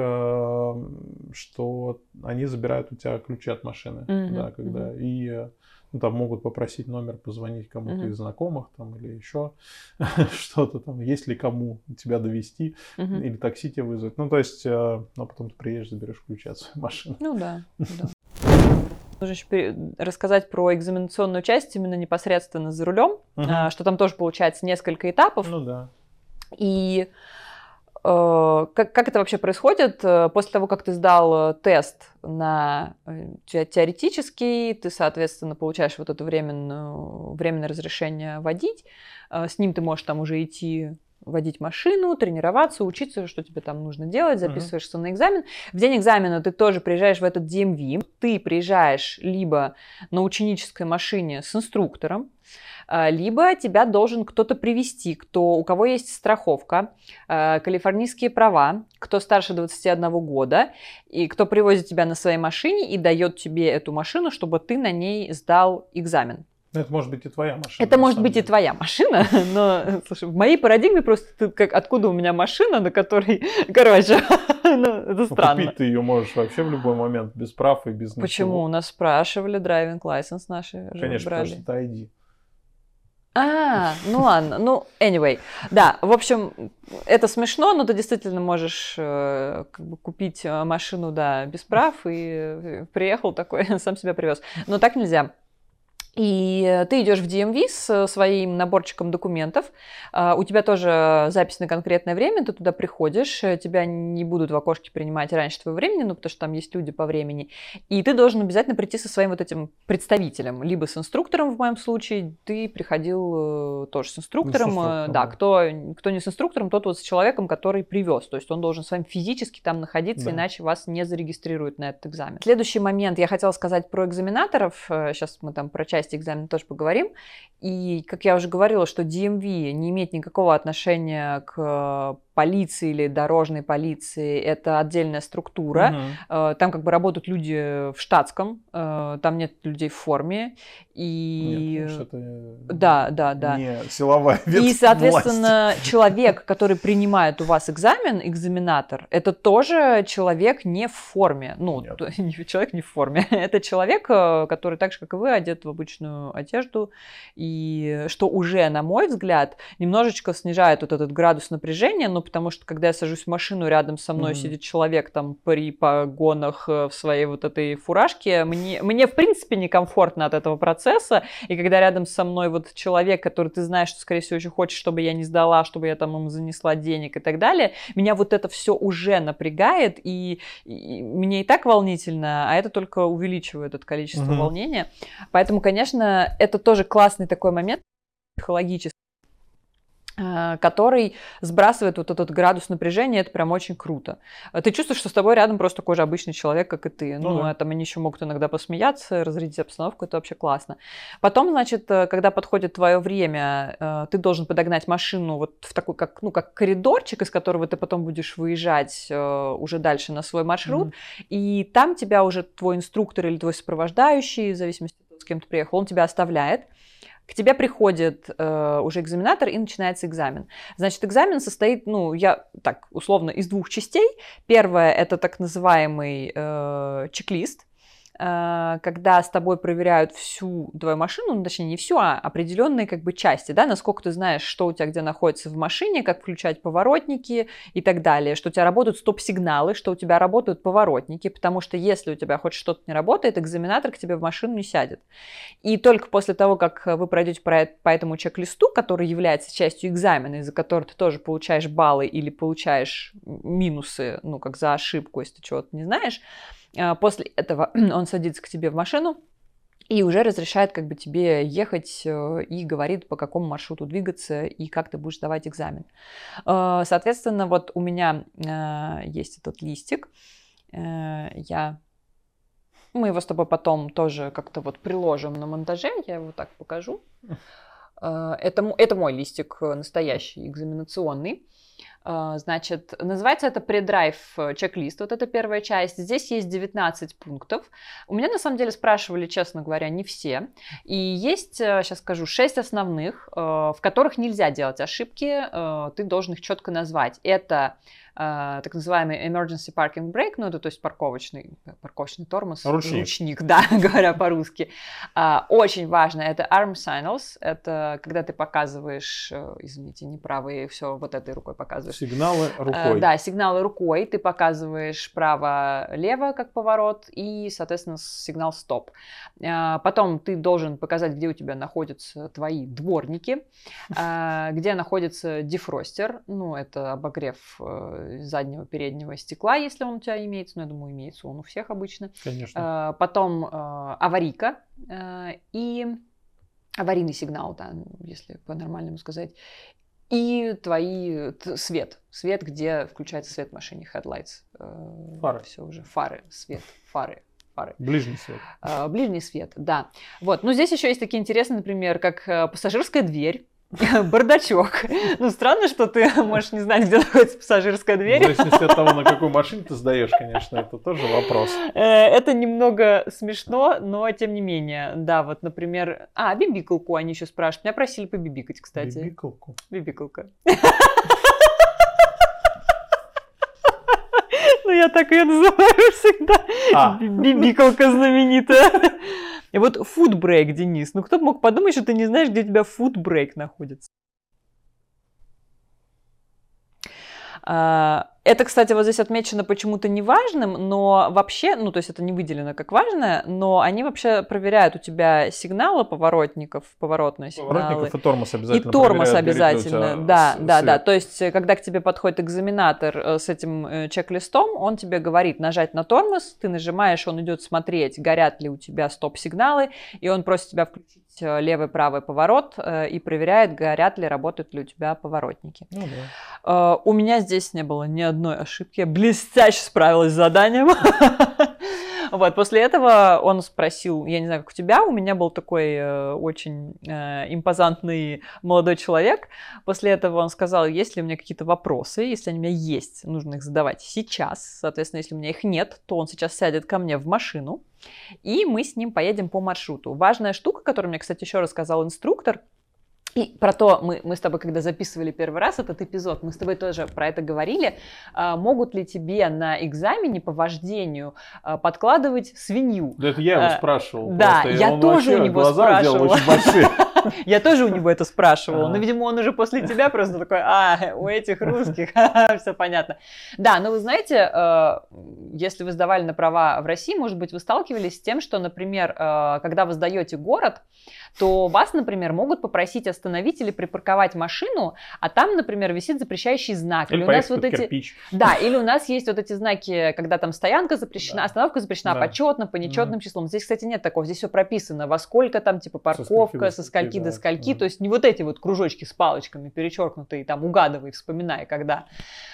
что они забирают у тебя ключи от машины, mm-hmm. да, когда mm-hmm. и ну, там могут попросить номер, позвонить кому-то mm-hmm. из знакомых там, или еще что-то там, есть ли кому тебя довести mm-hmm. или такси тебе вызвать. Ну, то есть, ну, потом ты приедешь, заберешь ключи от своей машины. Ну да, да. Нужно еще рассказать про экзаменационную часть именно непосредственно за рулем, uh-huh. что там тоже получается несколько этапов. Ну да. И э, как, как это вообще происходит? После того, как ты сдал тест на теоретический, ты, соответственно, получаешь вот это временное, временное разрешение водить. С ним ты можешь там уже идти водить машину, тренироваться, учиться, что тебе там нужно делать, записываешься uh-huh. на экзамен. В день экзамена ты тоже приезжаешь в этот ди эм ви. Ты приезжаешь либо на ученической машине с инструктором, либо тебя должен кто-то привезти, кто, у кого есть страховка, калифорнийские права, кто старше двадцати одного года, и кто привозит тебя на своей машине и дает тебе эту машину, чтобы ты на ней сдал экзамен. Это может быть и твоя машина. Это может быть деле. и твоя машина, но, слушай, в моей парадигме просто ты, как, откуда у меня машина, на которой, короче, ну, это странно. Купить ты ее можешь вообще в любой момент, без прав и без ничего. Почему? У нас спрашивали, драйвинг лайсенс наши Конечно, брали. потому что это ай ди. А, ну ладно, ну, anyway. Да, в общем, это смешно, но ты действительно можешь э, как бы купить машину, да, без прав, и приехал такой, сам себя привез. Но так нельзя. И ты идешь в ди эм ви с своим наборчиком документов, у тебя тоже запись на конкретное время, ты туда приходишь, тебя не будут в окошке принимать раньше твоего времени, ну, потому что там есть люди по времени, и ты должен обязательно прийти со своим вот этим представителем, либо с инструктором в моем случае, ты приходил тоже с инструктором, с инструктором да, да. Кто, кто не с инструктором, тот вот с человеком, который привез, то есть он должен с вами физически там находиться, да. Иначе вас не зарегистрируют на этот экзамен. Следующий момент, я хотела сказать про экзаменаторов, сейчас мы там про часть экзамена тоже поговорим. И, как я уже говорила, что ди эм ви не имеет никакого отношения к полиции или дорожной полиции. Это отдельная структура. Uh-huh. Там как бы работают люди в штатском, там нет людей в форме. И... Нет, потому что это да, да, да. не силовая ветвь И, соответственно, власти. Человек, который принимает у вас экзамен, экзаменатор, это тоже человек не в форме. Ну, человек не в форме. Это человек, который так же, как и вы, одет в обычную одежду. И что уже, на мой взгляд, немножечко снижает вот этот градус напряжения, ну, потому что, когда я сажусь в машину, рядом со мной mm-hmm. сидит человек там при погонах в своей вот этой фуражке, мне, мне в принципе некомфортно от этого процесса, и когда рядом со мной вот человек, который ты знаешь, что, скорее всего, очень хочет, чтобы я не сдала, чтобы я там ему занесла денег и так далее, меня вот это все уже напрягает, и, и мне и так волнительно, а это только увеличивает это количество mm-hmm. волнения. Поэтому, конечно, это тоже классный такой момент психологический, который сбрасывает вот этот градус напряжения, это прям очень круто. Ты чувствуешь, что с тобой рядом просто такой же обычный человек, как и ты. Ну, ну да. Там они еще могут иногда посмеяться, разрядить обстановку, это вообще классно. Потом, значит, когда подходит твое время, ты должен подогнать машину вот в такой, как, ну, как коридорчик, из которого ты потом будешь выезжать уже дальше на свой маршрут, mm-hmm. и там тебя уже твой инструктор или твой сопровождающий, в зависимости от того, с кем ты приехал, он тебя оставляет. К тебе приходит э, уже экзаменатор, и начинается экзамен. Значит, экзамен состоит, ну, я так, условно, из двух частей. Первое – это так называемый э, чек-лист, э, когда с тобой проверяют всю твою машину, ну, точнее, не всю, а определенные как бы части, да, насколько ты знаешь, что у тебя где находится в машине, как включать поворотники и так далее, что у тебя работают стоп-сигналы, что у тебя работают поворотники, потому что если у тебя хоть что-то не работает, экзаменатор к тебе в машину не сядет. И только после того, как вы пройдете по этому чек-листу, который является частью экзамена, из-за которого ты тоже получаешь баллы или получаешь минусы, ну, как за ошибку, если ты чего-то не знаешь, после этого он садится к тебе в машину и уже разрешает как бы тебе ехать и говорит, по какому маршруту двигаться и как ты будешь сдавать экзамен. Соответственно, вот у меня есть этот листик. Я... Мы его с тобой потом тоже как-то вот приложим на монтаже. Я его так покажу. Это, это мой листик настоящий, экзаменационный. Значит, называется это предрайв чек-лист, вот это первая часть. Здесь есть девятнадцать пунктов. У меня, на самом деле, спрашивали, честно говоря, не все. И есть, сейчас скажу, шесть основных, в которых нельзя делать ошибки, ты должен их четко назвать. Это так называемый emergency parking brake, ну это то есть парковочный, парковочный тормоз, ручник, ручник да, говоря по-русски. Очень важно, это arm signals, это когда ты показываешь, извините, неправый, все вот этой рукой показываешь. Сигналы рукой. Да, сигналы рукой, ты показываешь право-лево, как поворот, и, соответственно, сигнал стоп. Потом ты должен показать, где у тебя находятся твои дворники, где находится дефростер, ну это обогрев заднего переднего стекла, если он у тебя имеется, ну, я думаю, имеется он у всех обычно. Конечно. Потом аварийка и аварийный сигнал, да, если по-нормальному сказать. И твои свет, свет, где включается свет в машине, headlights. Фары. Все уже, фары, свет, фары. Фары. Ближний свет. Ближний свет, да. Вот, ну здесь еще есть такие интересные, например, как пассажирская дверь. Бардачок. Ну, странно, что ты можешь не знать, где находится пассажирская дверь. В зависимости от того, на какую машину ты сдаешь, конечно, это тоже вопрос. Это немного смешно, но тем не менее. Да, вот, например... А, бибикалку они еще спрашивают. Меня просили побибикать, кстати. Бибикалку? Бибикалка. Ну, я так ее называю всегда. Бибикалка знаменитая. И вот food break, Денис. Ну, кто бы мог подумать, что ты не знаешь, где у тебя food break находится. Это, кстати, вот здесь отмечено почему-то неважным, но вообще, ну, то есть это не выделено как важное, но они вообще проверяют у тебя сигналы поворотников, поворотные сигналы. Поворотников и тормоз обязательно. И тормоз обязательно, да, да, свет. Да. То есть, когда к тебе подходит экзаменатор с этим чек-листом, он тебе говорит нажать на тормоз, ты нажимаешь, он идет смотреть, горят ли у тебя стоп-сигналы, и он просит тебя включить левый-правый поворот и проверяет, горят ли, работают ли у тебя поворотники. Ну, да. У меня здесь не было ни одной ошибки, я блестяще справилась с заданием. Вот, после этого он спросил, я не знаю, как у тебя, у меня был такой э, очень э, импозантный молодой человек. После этого он сказал, есть ли у меня какие-то вопросы, если они у меня есть, нужно их задавать сейчас. Соответственно, если у меня их нет, то он сейчас сядет ко мне в машину, и мы с ним поедем по маршруту. Важная штука, которую мне, кстати, еще рассказал инструктор, и про то, мы, мы с тобой, когда записывали первый раз этот эпизод, мы с тобой тоже про это говорили, а, могут ли тебе на экзамене по вождению а, подкладывать свинью? Да это я его а, спрашивал. Да, просто. я он тоже у него спрашивала. Я тоже у него это спрашивала, но, видимо, он уже после тебя просто такой, а, у этих русских, все понятно. Да, но вы знаете, если вы сдавали на права в России, может быть, вы сталкивались с тем, что, например, когда вы сдаете город, то вас, например, могут попросить остановить или припарковать машину, а там, например, висит запрещающий знак. Или, или у нас вот эти... кирпич. Да, или у нас есть вот эти знаки, когда там стоянка запрещена, да. Остановка запрещена, да. Почетно, по нечетным да. числам. Здесь, кстати, нет такого. Здесь все прописано, во сколько там, типа, парковка, со скольки до скольки. Да. То есть не вот эти вот кружочки с палочками перечеркнутые, там, угадывай, вспоминай, когда.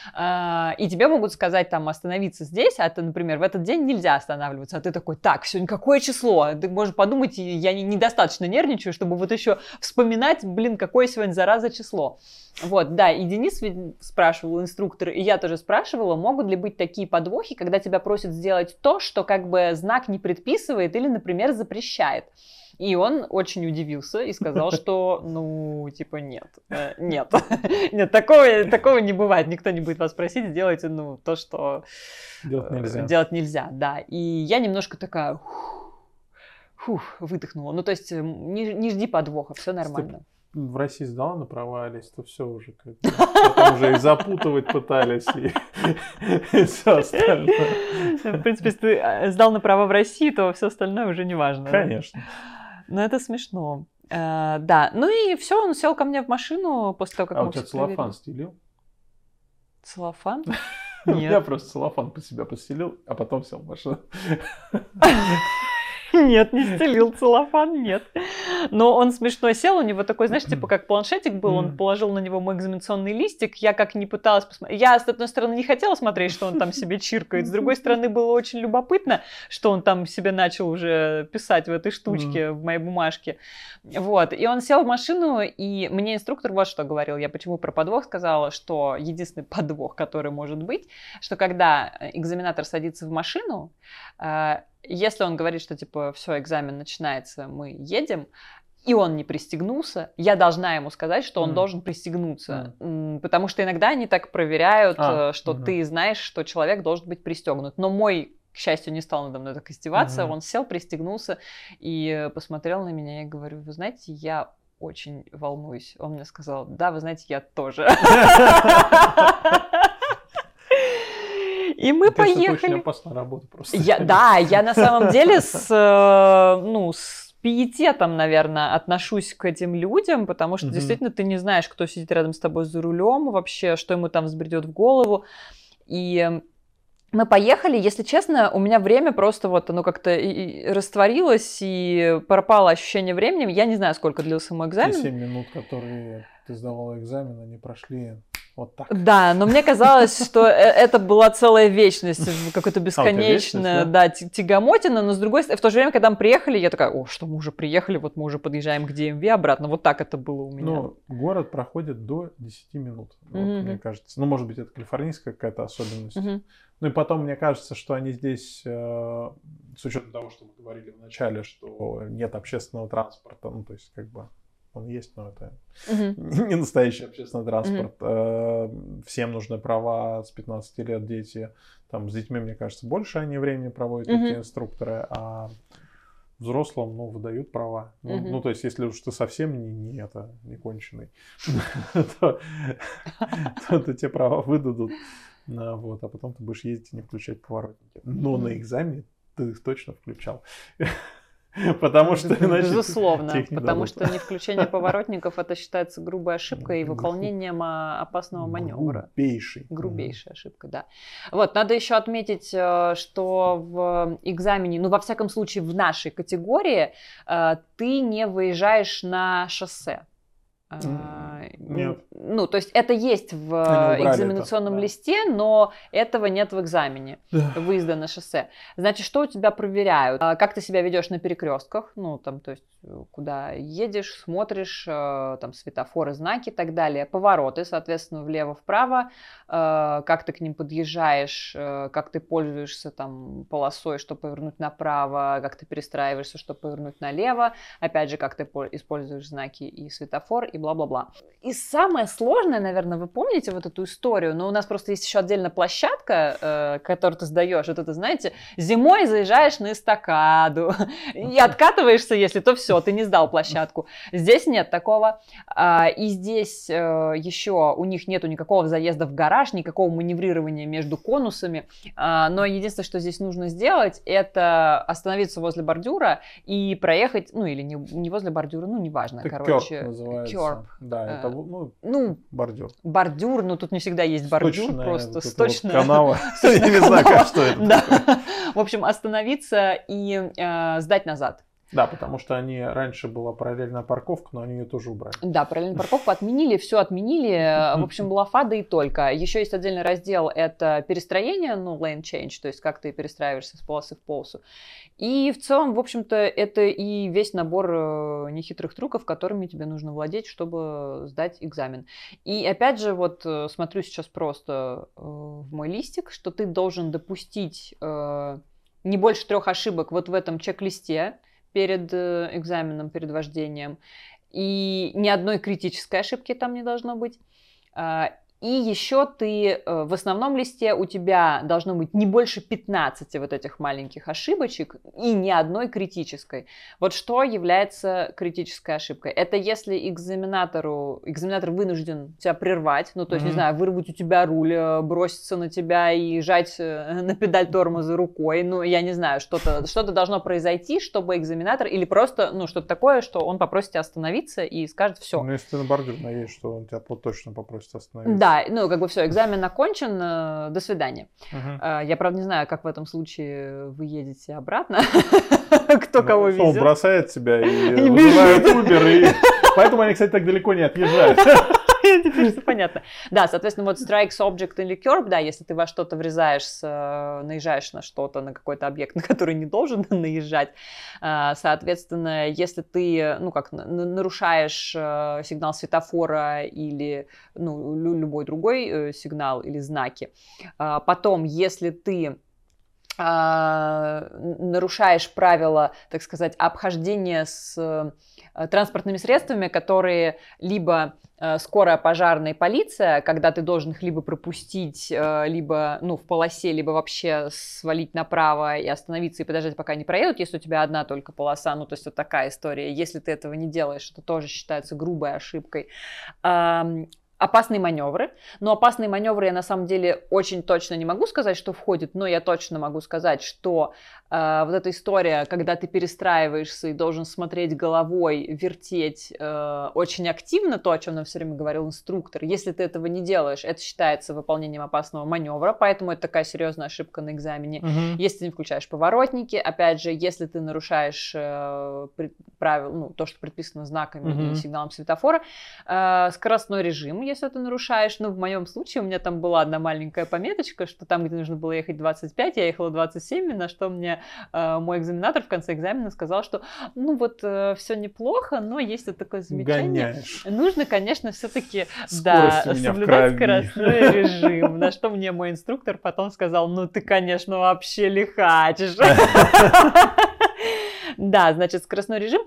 И тебе могут сказать, там, остановиться здесь, а ты, например, в этот день нельзя останавливаться. А ты такой, так, сегодня какое число? Ты можешь подумать, я недостаточно нервничаю, чтобы вот еще вспоминать, блин, какое сегодня, зараза, число. Вот, да, и Денис спрашивал у инструктора, и я тоже спрашивала, могут ли быть такие подвохи, когда тебя просят сделать то, что как бы знак не предписывает или, например, запрещает. И он очень удивился и сказал, что, ну, типа, нет, э, нет, нет, такого, такого не бывает, никто не будет вас просить, сделайте, ну, то, что делать нельзя. Делать нельзя, да. И я немножко такая, фух, выдохнула. Ну, то есть, не, не жди подвоха, все нормально. В России сдала на права, Олесь, то все уже как бы, уже и запутывать пытались, и, и все остальное. В принципе, если ты сдал на права в России, то все остальное уже не важно. Конечно. Но это смешно. Uh, да, ну и все, он сел ко мне в машину после того, как а мы у тебя целлофан стелил? Целлофан? Нет. Я просто целлофан по себя постелил, а потом сел в машину. Нет, не стелил целлофан, нет. Но он смешно сел, у него такой, знаешь, типа как планшетик был, он положил на него мой экзаменационный листик, я как не пыталась посмотреть. Я, с одной стороны, не хотела смотреть, что он там себе чиркает, с другой стороны, было очень любопытно, что он там себе начал уже писать в этой штучке, в моей бумажке. Вот, и он сел в машину, и мне инструктор вот что говорил, я почему про подвох сказала, что единственный подвох, который может быть, что когда экзаменатор садится в машину, если он говорит, что типа все, экзамен начинается, мы едем, и он не пристегнулся, я должна ему сказать, что он mm. должен пристегнуться. Mm. Потому что иногда они так проверяют, а, что mm-hmm. ты знаешь, что человек должен быть пристегнут. Но мой, к счастью, не стал надо мной так издеваться, mm-hmm. он сел, пристегнулся и посмотрел на меня и говорю, вы знаете, я очень волнуюсь. Он мне сказал, да, вы знаете, я тоже. И мы Конечно, поехали. Это очень опасная работа просто. Я, да, я на самом деле с, ну, с пиететом, наверное, отношусь к этим людям, потому что угу. действительно ты не знаешь, кто сидит рядом с тобой за рулем вообще, что ему там взбредет в голову. И мы поехали, если честно, у меня время просто вот оно как-то и, и растворилось, и пропало ощущение времени. Я не знаю, сколько длился мой экзамен. Те семь минут, которые ты сдавала экзамен, они прошли... Вот так. Да, но мне казалось, что это была целая вечность, какое-то бесконечное, а, да, тягомотина, но с другой стороны, в то же время, когда мы приехали, я такая, о, что мы уже приехали, вот мы уже подъезжаем к ди эм ви обратно, вот так это было у меня. Ну, город проходит до десяти минут, вот, mm-hmm. мне кажется. Ну, может быть, это калифорнийская какая-то особенность. Mm-hmm. Ну, и потом, мне кажется, что они здесь, э, с учетом того, что мы говорили в начале, что нет общественного транспорта, ну, то есть, как бы, он есть, но это uh-huh. не настоящий общественный транспорт. Uh-huh. Всем нужны права с пятнадцати лет, дети. Там с детьми, мне кажется, больше они времени проводят, uh-huh. эти инструкторы, а взрослым, ну, выдают права. Uh-huh. Ну, ну, то есть, если уж ты совсем не, не, это, не конченый, то тебе права выдадут, вот, а потом ты будешь ездить и не включать поворотники. Но на экзамене ты их точно включал. Потому что иначе безусловно, потому что не включение поворотников это считается грубой ошибкой и выполнением опасного маневра. Грубейшей. Грубейшая ошибка, да. Вот, надо еще отметить, что в экзамене, ну, во всяком случае, в нашей категории, ты не выезжаешь на шоссе. Нет. Ну, то есть это есть в экзаменационном это, да. листе, но этого нет в экзамене, да. выезда на шоссе. Значит, что у тебя проверяют? Как ты себя ведешь на перекрестках, ну, там, то есть куда едешь, смотришь, там, светофоры, знаки и так далее. Повороты, соответственно, влево-вправо, как ты к ним подъезжаешь, как ты пользуешься там полосой, чтобы повернуть направо, как ты перестраиваешься, чтобы повернуть налево, опять же, как ты используешь знаки и светофор, и бла-бла-бла. И самое сложное, наверное, вы помните вот эту историю, но у нас просто есть еще отдельно площадка, э, которую ты сдаешь. Вот это, знаете, зимой заезжаешь на эстакаду и откатываешься, если то все, ты не сдал площадку. Здесь нет такого. А, и здесь э, еще у них нету никакого заезда в гараж, никакого маневрирования между конусами. А, но единственное, что здесь нужно сделать, это остановиться возле бордюра и проехать, ну или не, не возле бордюра, ну неважно, это короче. Называется. Да, это ну, ну, бордюр. Бордюр, но тут не всегда есть бордюр, сточная, просто вот сточная. Вот канава. Я не знаю, как что это. Да. В общем, остановиться и э, сдать назад. Да, потому что они раньше была параллельная парковка, но они ее тоже убрали. Да, параллельную парковку отменили, все отменили. В общем, была фада и только. Еще есть отдельный раздел, это перестроение, ну, lane change, то есть как ты перестраиваешься с полосы в полосу. И в целом, в общем-то, это и весь набор нехитрых трюков, которыми тебе нужно владеть, чтобы сдать экзамен. И опять же, вот смотрю сейчас просто в мой листик, что ты должен допустить не больше трех ошибок вот в этом чек-листе перед экзаменом, перед вождением. И ни одной критической ошибки там не должно быть. И еще ты в основном листе у тебя должно быть не больше пятнадцати вот этих маленьких ошибочек и ни одной критической. Вот что является критической ошибкой? Это если экзаменатору, экзаменатор вынужден тебя прервать, ну то есть, mm-hmm. не знаю, вырвать у тебя руль, броситься на тебя и жать на педаль тормоза рукой, ну я не знаю, что-то, что-то должно произойти, чтобы экзаменатор, или просто, ну что-то такое, что он попросит тебя остановиться и скажет все. Ну если ты на бордюр наедешь, что он тебя точно попросит остановиться. Да. Да, ну, как бы все, экзамен окончен, до свидания. Uh-huh. Я, правда, не знаю, как в этом случае вы едете обратно. кто кого Он везет. бросает тебя и И вызывает Uber. И... Поэтому они, кстати, так далеко не отъезжают. Теперь все понятно. Да, соответственно, вот strikes object или curb, да, если ты во что-то врезаешься, наезжаешь на что-то, на какой-то объект, на который не должен наезжать, соответственно, если ты, ну, как, нарушаешь сигнал светофора или, ну, любой другой сигнал или знаки, потом, если ты нарушаешь правила, так сказать, обхождения с транспортными средствами, которые либо скорая, пожарная и полиция, когда ты должен их либо пропустить, либо, ну, в полосе, либо вообще свалить направо и остановиться и подождать, пока они проедут, если у тебя одна только полоса, ну, то есть вот такая история. Если ты этого не делаешь, это тоже считается грубой ошибкой. Опасные маневры, но опасные маневры я на самом деле очень точно не могу сказать, что входит, но я точно могу сказать, что э, вот эта история, когда ты перестраиваешься и должен смотреть головой, вертеть э, очень активно, то, о чем нам все время говорил инструктор, если ты этого не делаешь, это считается выполнением опасного маневра, поэтому это такая серьезная ошибка на экзамене. Uh-huh. Если ты не включаешь поворотники, опять же, если ты нарушаешь э, правила, ну, то, что предписано знаками uh-huh. и сигналом светофора, э, скоростной режим, если ты нарушаешь. Ну, в моем случае у меня там была одна маленькая пометочка, что там, где нужно было ехать двадцать пять, я ехала двадцать семь, на что мне э, мой экзаменатор в конце экзамена сказал, что, ну, вот, э, все неплохо, но есть вот такое замечание. Гоняешь. Нужно, конечно, все-таки, да, соблюдать скоростной режим. На что мне мой инструктор потом сказал, ну, ты, конечно, вообще лихачишь. Да, значит, скоростной режим...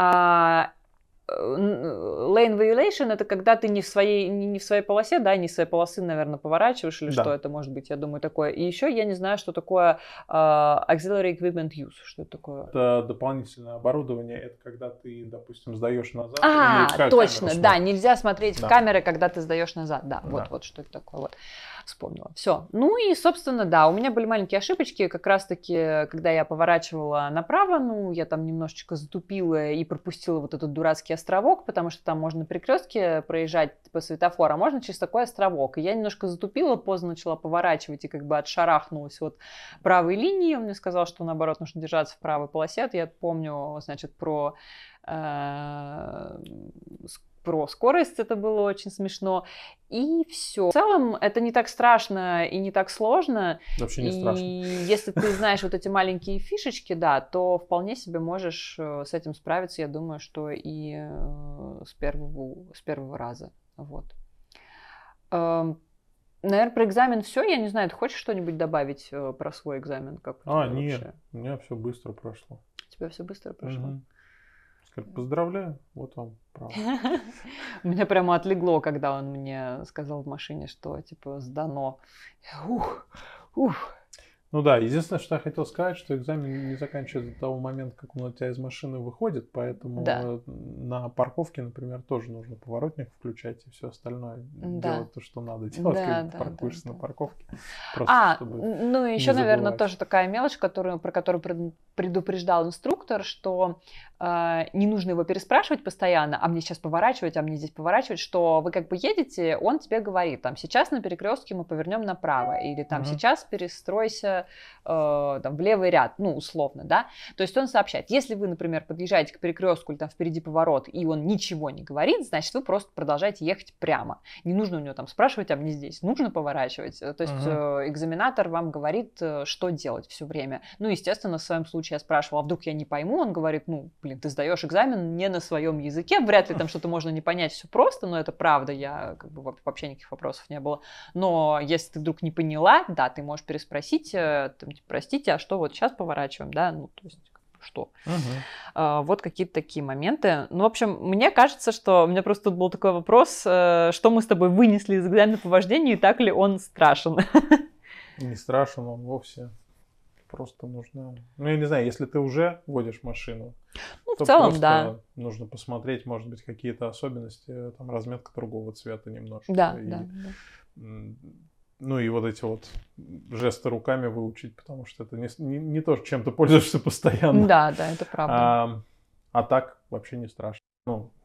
Lane violation — это когда ты не в своей, не, не в своей полосе, да, не в своей полосы, наверное, поворачиваешь, или да. Что это может быть, я думаю, такое. И еще я не знаю, что такое uh, auxiliary equipment use, что это такое. Это дополнительное оборудование, это когда ты, допустим, сдаешь назад. А, точно, да, нельзя смотреть да. в камеры, когда ты сдаешь назад, да, да. Вот, вот что это такое, вот. Вспомнила. Все. Ну и, собственно, да, у меня были маленькие ошибочки, как раз-таки, когда я поворачивала направо, ну, я там немножечко затупила и пропустила вот этот дурацкий островок, потому что там можно на перекрестке проезжать по светофору, а можно через такой островок. И я немножко затупила, поздно начала поворачивать и как бы отшарахнулась от правой линии. Он мне сказал, что, наоборот, нужно держаться в правой полосе. Я помню, значит, про... Э- про скорость, это было очень смешно. И все. В целом, это не так страшно и не так сложно. Вообще не и страшно. Если ты знаешь вот эти маленькие фишечки, да, то вполне себе можешь с этим справиться, я думаю, что и с первого, с первого раза. Вот. Наверное, про экзамен все. Я не знаю, ты хочешь что-нибудь добавить про свой экзамен? Как а, нет, вообще? У меня все быстро прошло. У тебя все быстро прошло? Угу. Поздравляю, вот вам право. Меня прямо отлегло, когда он мне сказал в машине, что типа сдано. Ух, ух. Ну да, единственное, что я хотел сказать, что экзамен не заканчивается до того момента, как он у тебя из машины выходит, поэтому да. на парковке, например, тоже нужно поворотник включать и все остальное. Да. Делать то, что надо делать, да, когда да, паркуешься да, на парковке. Просто, а, ну и еще, наверное, тоже такая мелочь, которую, про которую предупреждал инструктор, что э, не нужно его переспрашивать постоянно, а мне сейчас поворачивать, а мне здесь поворачивать, что вы как бы едете, он тебе говорит, там, сейчас на перекрестке мы повернем направо, или там, uh-huh. сейчас перестройся э, там, в левый ряд, ну, условно, да, то есть он сообщает, если вы, например, подъезжаете к перекрестку, или там впереди поворот, и он ничего не говорит, значит, вы просто продолжаете ехать прямо, не нужно у него там спрашивать, а мне здесь нужно поворачивать, то есть uh-huh. э, экзаменатор вам говорит, что делать все время, ну, естественно, в своем случае я спрашивала, а вдруг я не пойму, он говорит, ну, блин, ты сдаешь экзамен не на своем языке, вряд ли там что-то можно не понять, все просто, но это правда, я как бы вообще никаких вопросов не было, но если ты вдруг не поняла, да, ты можешь переспросить, там, простите, а что вот сейчас поворачиваем, да, ну, то есть, что? Угу. А, вот какие-то такие моменты. Ну, в общем, мне кажется, что у меня просто тут был такой вопрос, что мы с тобой вынесли из экзамена по вождению, и так ли он страшен? Не страшен он вовсе. Просто нужно... Ну, я не знаю, если ты уже водишь машину, ну, то в целом, просто да. нужно посмотреть, может быть, какие-то особенности, там, разметка другого цвета немножко. Да, и, да, да. Ну, и вот эти вот жесты руками выучить, потому что это не, не, не то, чем ты пользуешься постоянно. Да, да, это правда. А, а так вообще не страшно. Ну,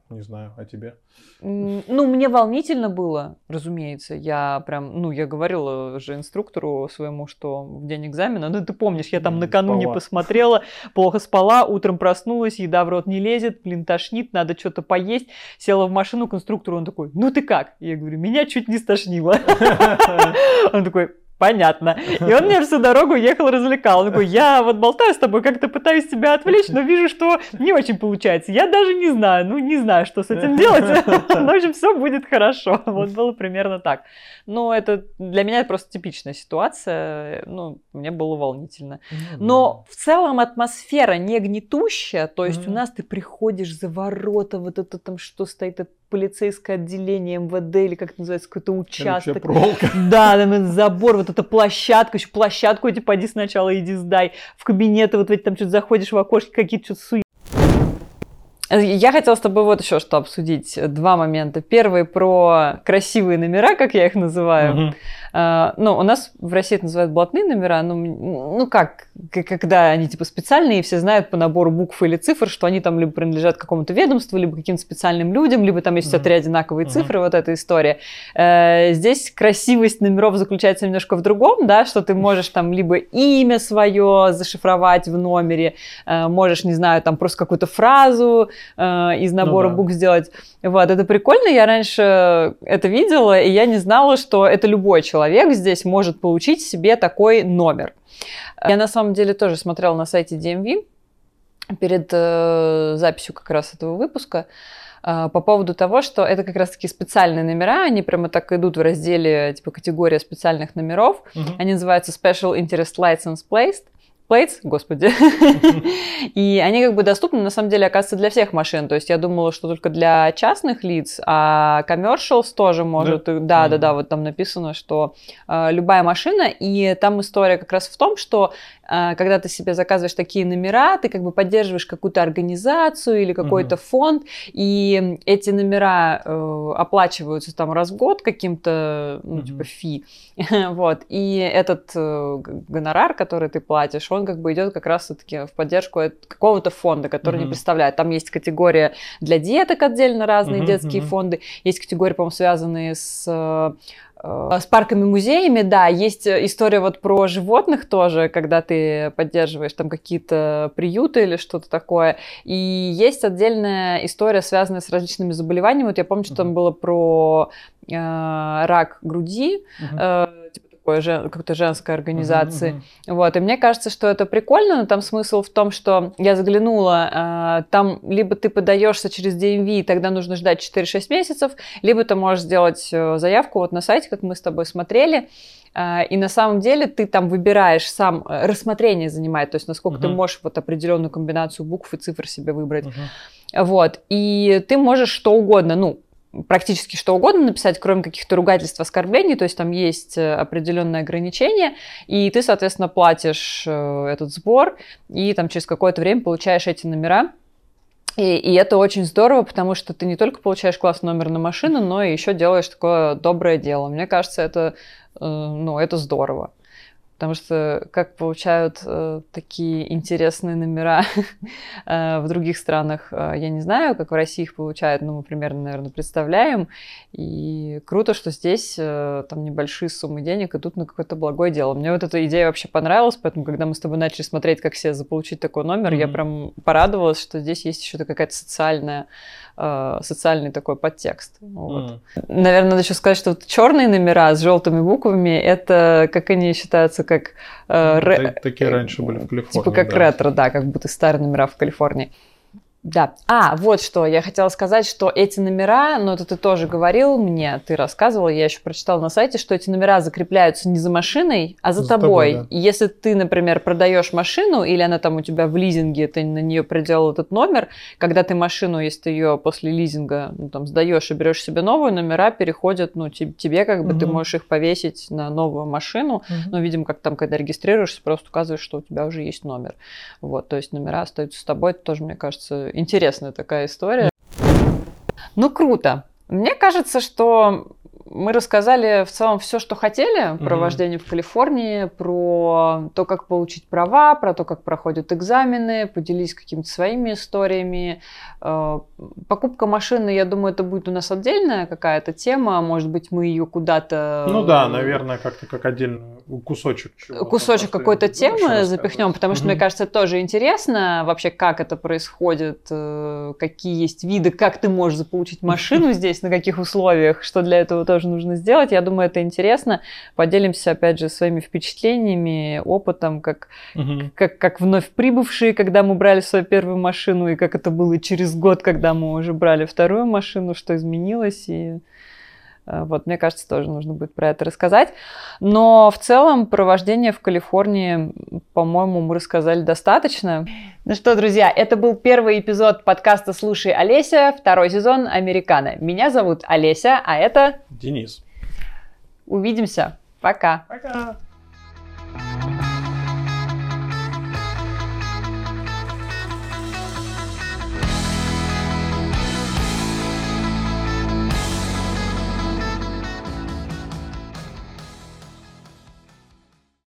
не знаю, а тебе? Ну, мне волнительно было, разумеется. Я прям, ну, я говорила же инструктору своему, что в день экзамена, ну, ты помнишь, я там Не накануне спала. посмотрела, плохо спала, утром проснулась, еда в рот не лезет, блин, тошнит, надо что-то поесть. Села в машину к инструктору, он такой, ну ты как? Я говорю, меня чуть не стошнило. Он такой... Понятно. И он меня всю дорогу ехал, развлекал. Он такой, я вот болтаю с тобой, как-то пытаюсь тебя отвлечь, но вижу, что не очень получается. Я даже не знаю, ну не знаю, что с этим делать. Но, в общем, все будет хорошо. Вот было примерно так. Но это для меня просто типичная ситуация. Ну, мне было волнительно. Но в целом атмосфера не гнетущая. То есть у нас ты приходишь за ворота, вот это там, что стоит, это полицейское отделение эм вэ дэ, или как это называется, какой-то участок. Да, там забор, вот эта площадка, еще площадку эти поди сначала иди сдай, в кабинеты вот эти там что-то заходишь в окошки, какие-то что-то суи. Я хотела с тобой вот еще что обсудить. Два момента. Первый про красивые номера, как я их называю. Uh-huh. Uh, ну, у нас в России это называют блатные номера. Ну, ну как, когда они типа специальные, и все знают по набору букв или цифр, что они там либо принадлежат какому-то ведомству, либо каким-то специальным людям, либо там есть uh-huh. три одинаковые uh-huh. цифры, вот эта история. Uh, здесь красивость номеров заключается немножко в другом, да, что ты можешь там либо имя свое зашифровать в номере, uh, можешь, не знаю, там просто какую-то фразу из набора ну, да. букв сделать. Вот, это прикольно. Я раньше это видела, и я не знала, что это любой человек здесь может получить себе такой номер. Я на самом деле тоже смотрела на сайте ди эм ви перед э, записью как раз этого выпуска э, по поводу того, что это как раз-таки специальные номера, они прямо так идут в разделе типа категория специальных номеров. Uh-huh. Они называются Special Interest License Plates. Plates, господи. И они как бы доступны, на самом деле, оказывается, для всех машин. То есть я думала, что только для частных лиц, а commercials тоже может. Да, да, да, да, вот там написано, что э, любая машина. И там история как раз в том, что э, когда ты себе заказываешь такие номера, ты как бы поддерживаешь какую-то организацию или какой-то uh-huh. фонд, и эти номера э, оплачиваются там раз в год каким-то, ну, uh-huh. типа, фи. Вот. И этот э, гонорар, который ты платишь, он как бы идет как раз-таки в поддержку какого-то фонда, который uh-huh. не представляет. Там есть категория для деток отдельно, разные uh-huh, детские uh-huh. фонды. Есть категории, по-моему, связанные с... с парками, музеями, да, есть история вот про животных тоже, когда ты поддерживаешь там какие-то приюты или что-то такое, и есть отдельная история, связанная с различными заболеваниями. Вот я помню, что uh-huh. там было про э, рак груди, uh-huh. э, типа такой жен, какой-то женской организации, uh-huh, uh-huh. вот, и мне кажется, что это прикольно, но там смысл в том, что я заглянула, э, там либо ты подаешься через ди эм ви, и тогда нужно ждать четыре-шесть месяцев, либо ты можешь сделать заявку вот на сайте, как мы с тобой смотрели, э, и на самом деле ты там выбираешь сам, рассмотрение занимает, то есть насколько uh-huh. ты можешь вот определенную комбинацию букв и цифр себе выбрать, uh-huh. вот, и ты можешь что угодно, ну, практически что угодно написать, кроме каких-то ругательств, оскорблений, то есть там есть определенные ограничения, и ты, соответственно, платишь этот сбор, и там через какое-то время получаешь эти номера. И, и это очень здорово, потому что ты не только получаешь классный номер на машину, но и еще делаешь такое доброе дело. Мне кажется, это, ну, это здорово. Потому что как получают э, такие интересные номера э, в других странах, э, я не знаю, как в России их получают, но мы примерно, наверное, представляем. И круто, что здесь э, там небольшие суммы денег идут на какое-то благое дело. Мне вот эта идея вообще понравилась, поэтому, когда мы с тобой начали смотреть, как себе заполучить такой номер, mm-hmm. я прям порадовалась, что здесь есть еще какая-то социальная, э, социальный такой подтекст. Вот. Mm-hmm. Наверное, надо еще сказать, что вот черные номера с желтыми буквами, это, как они считаются, как... Э, ре... Такие раньше были в Калифорнии. Типа как да. ретро, да, как будто старые номера в Калифорнии. Да. А, вот что, я хотела сказать, что эти номера, ну это ты тоже говорил мне, ты рассказывала, я еще прочитала на сайте, что эти номера закрепляются не за машиной, а за, за тобой. тобой да. И если ты, например, продаешь машину, или она там у тебя в лизинге, ты на нее приделал этот номер, когда ты машину, если ты ее после лизинга, ну, там, сдаешь и берешь себе новую, номера переходят, ну, тебе как бы, угу. ты можешь их повесить на новую машину, угу. ну, видимо, как там, когда регистрируешься, просто указываешь, что у тебя уже есть номер. Вот, то есть номера остаются с тобой, это тоже, мне кажется, интересная такая история. Ну, круто. Мне кажется, что мы рассказали в целом все, что хотели про Мгм. вождение в Калифорнии, про то, как получить права, про то, как проходят экзамены, поделились какими-то своими историями. Э, Покупка машины, я думаю, это будет у нас отдельная какая-то тема. Может быть, мы ее куда-то... Ну да, наверное, как-то как отдельный кусочек чего-то. Кусочек просто какой-то лучше темы рассказать. запихнем, потому что, Мгм. мне кажется, это тоже интересно вообще, как это происходит, э, какие есть виды, как ты можешь заполучить машину здесь, на каких условиях, что для этого тоже нужно сделать. Я думаю, это интересно. Поделимся, опять же, своими впечатлениями, опытом, как, Мгм. как, как вновь прибывшие, когда мы брали свою первую машину, и как это было через год, когда мы уже брали вторую машину, что изменилось, и э, вот, мне кажется, тоже нужно будет про это рассказать. Но в целом про вождение в Калифорнии, по-моему, мы рассказали достаточно. Ну что, друзья, это был первый эпизод подкаста «Слушай, Олеся», второй сезон «Американо». Меня зовут Олеся, а это... Денис. Увидимся. Пока. Пока.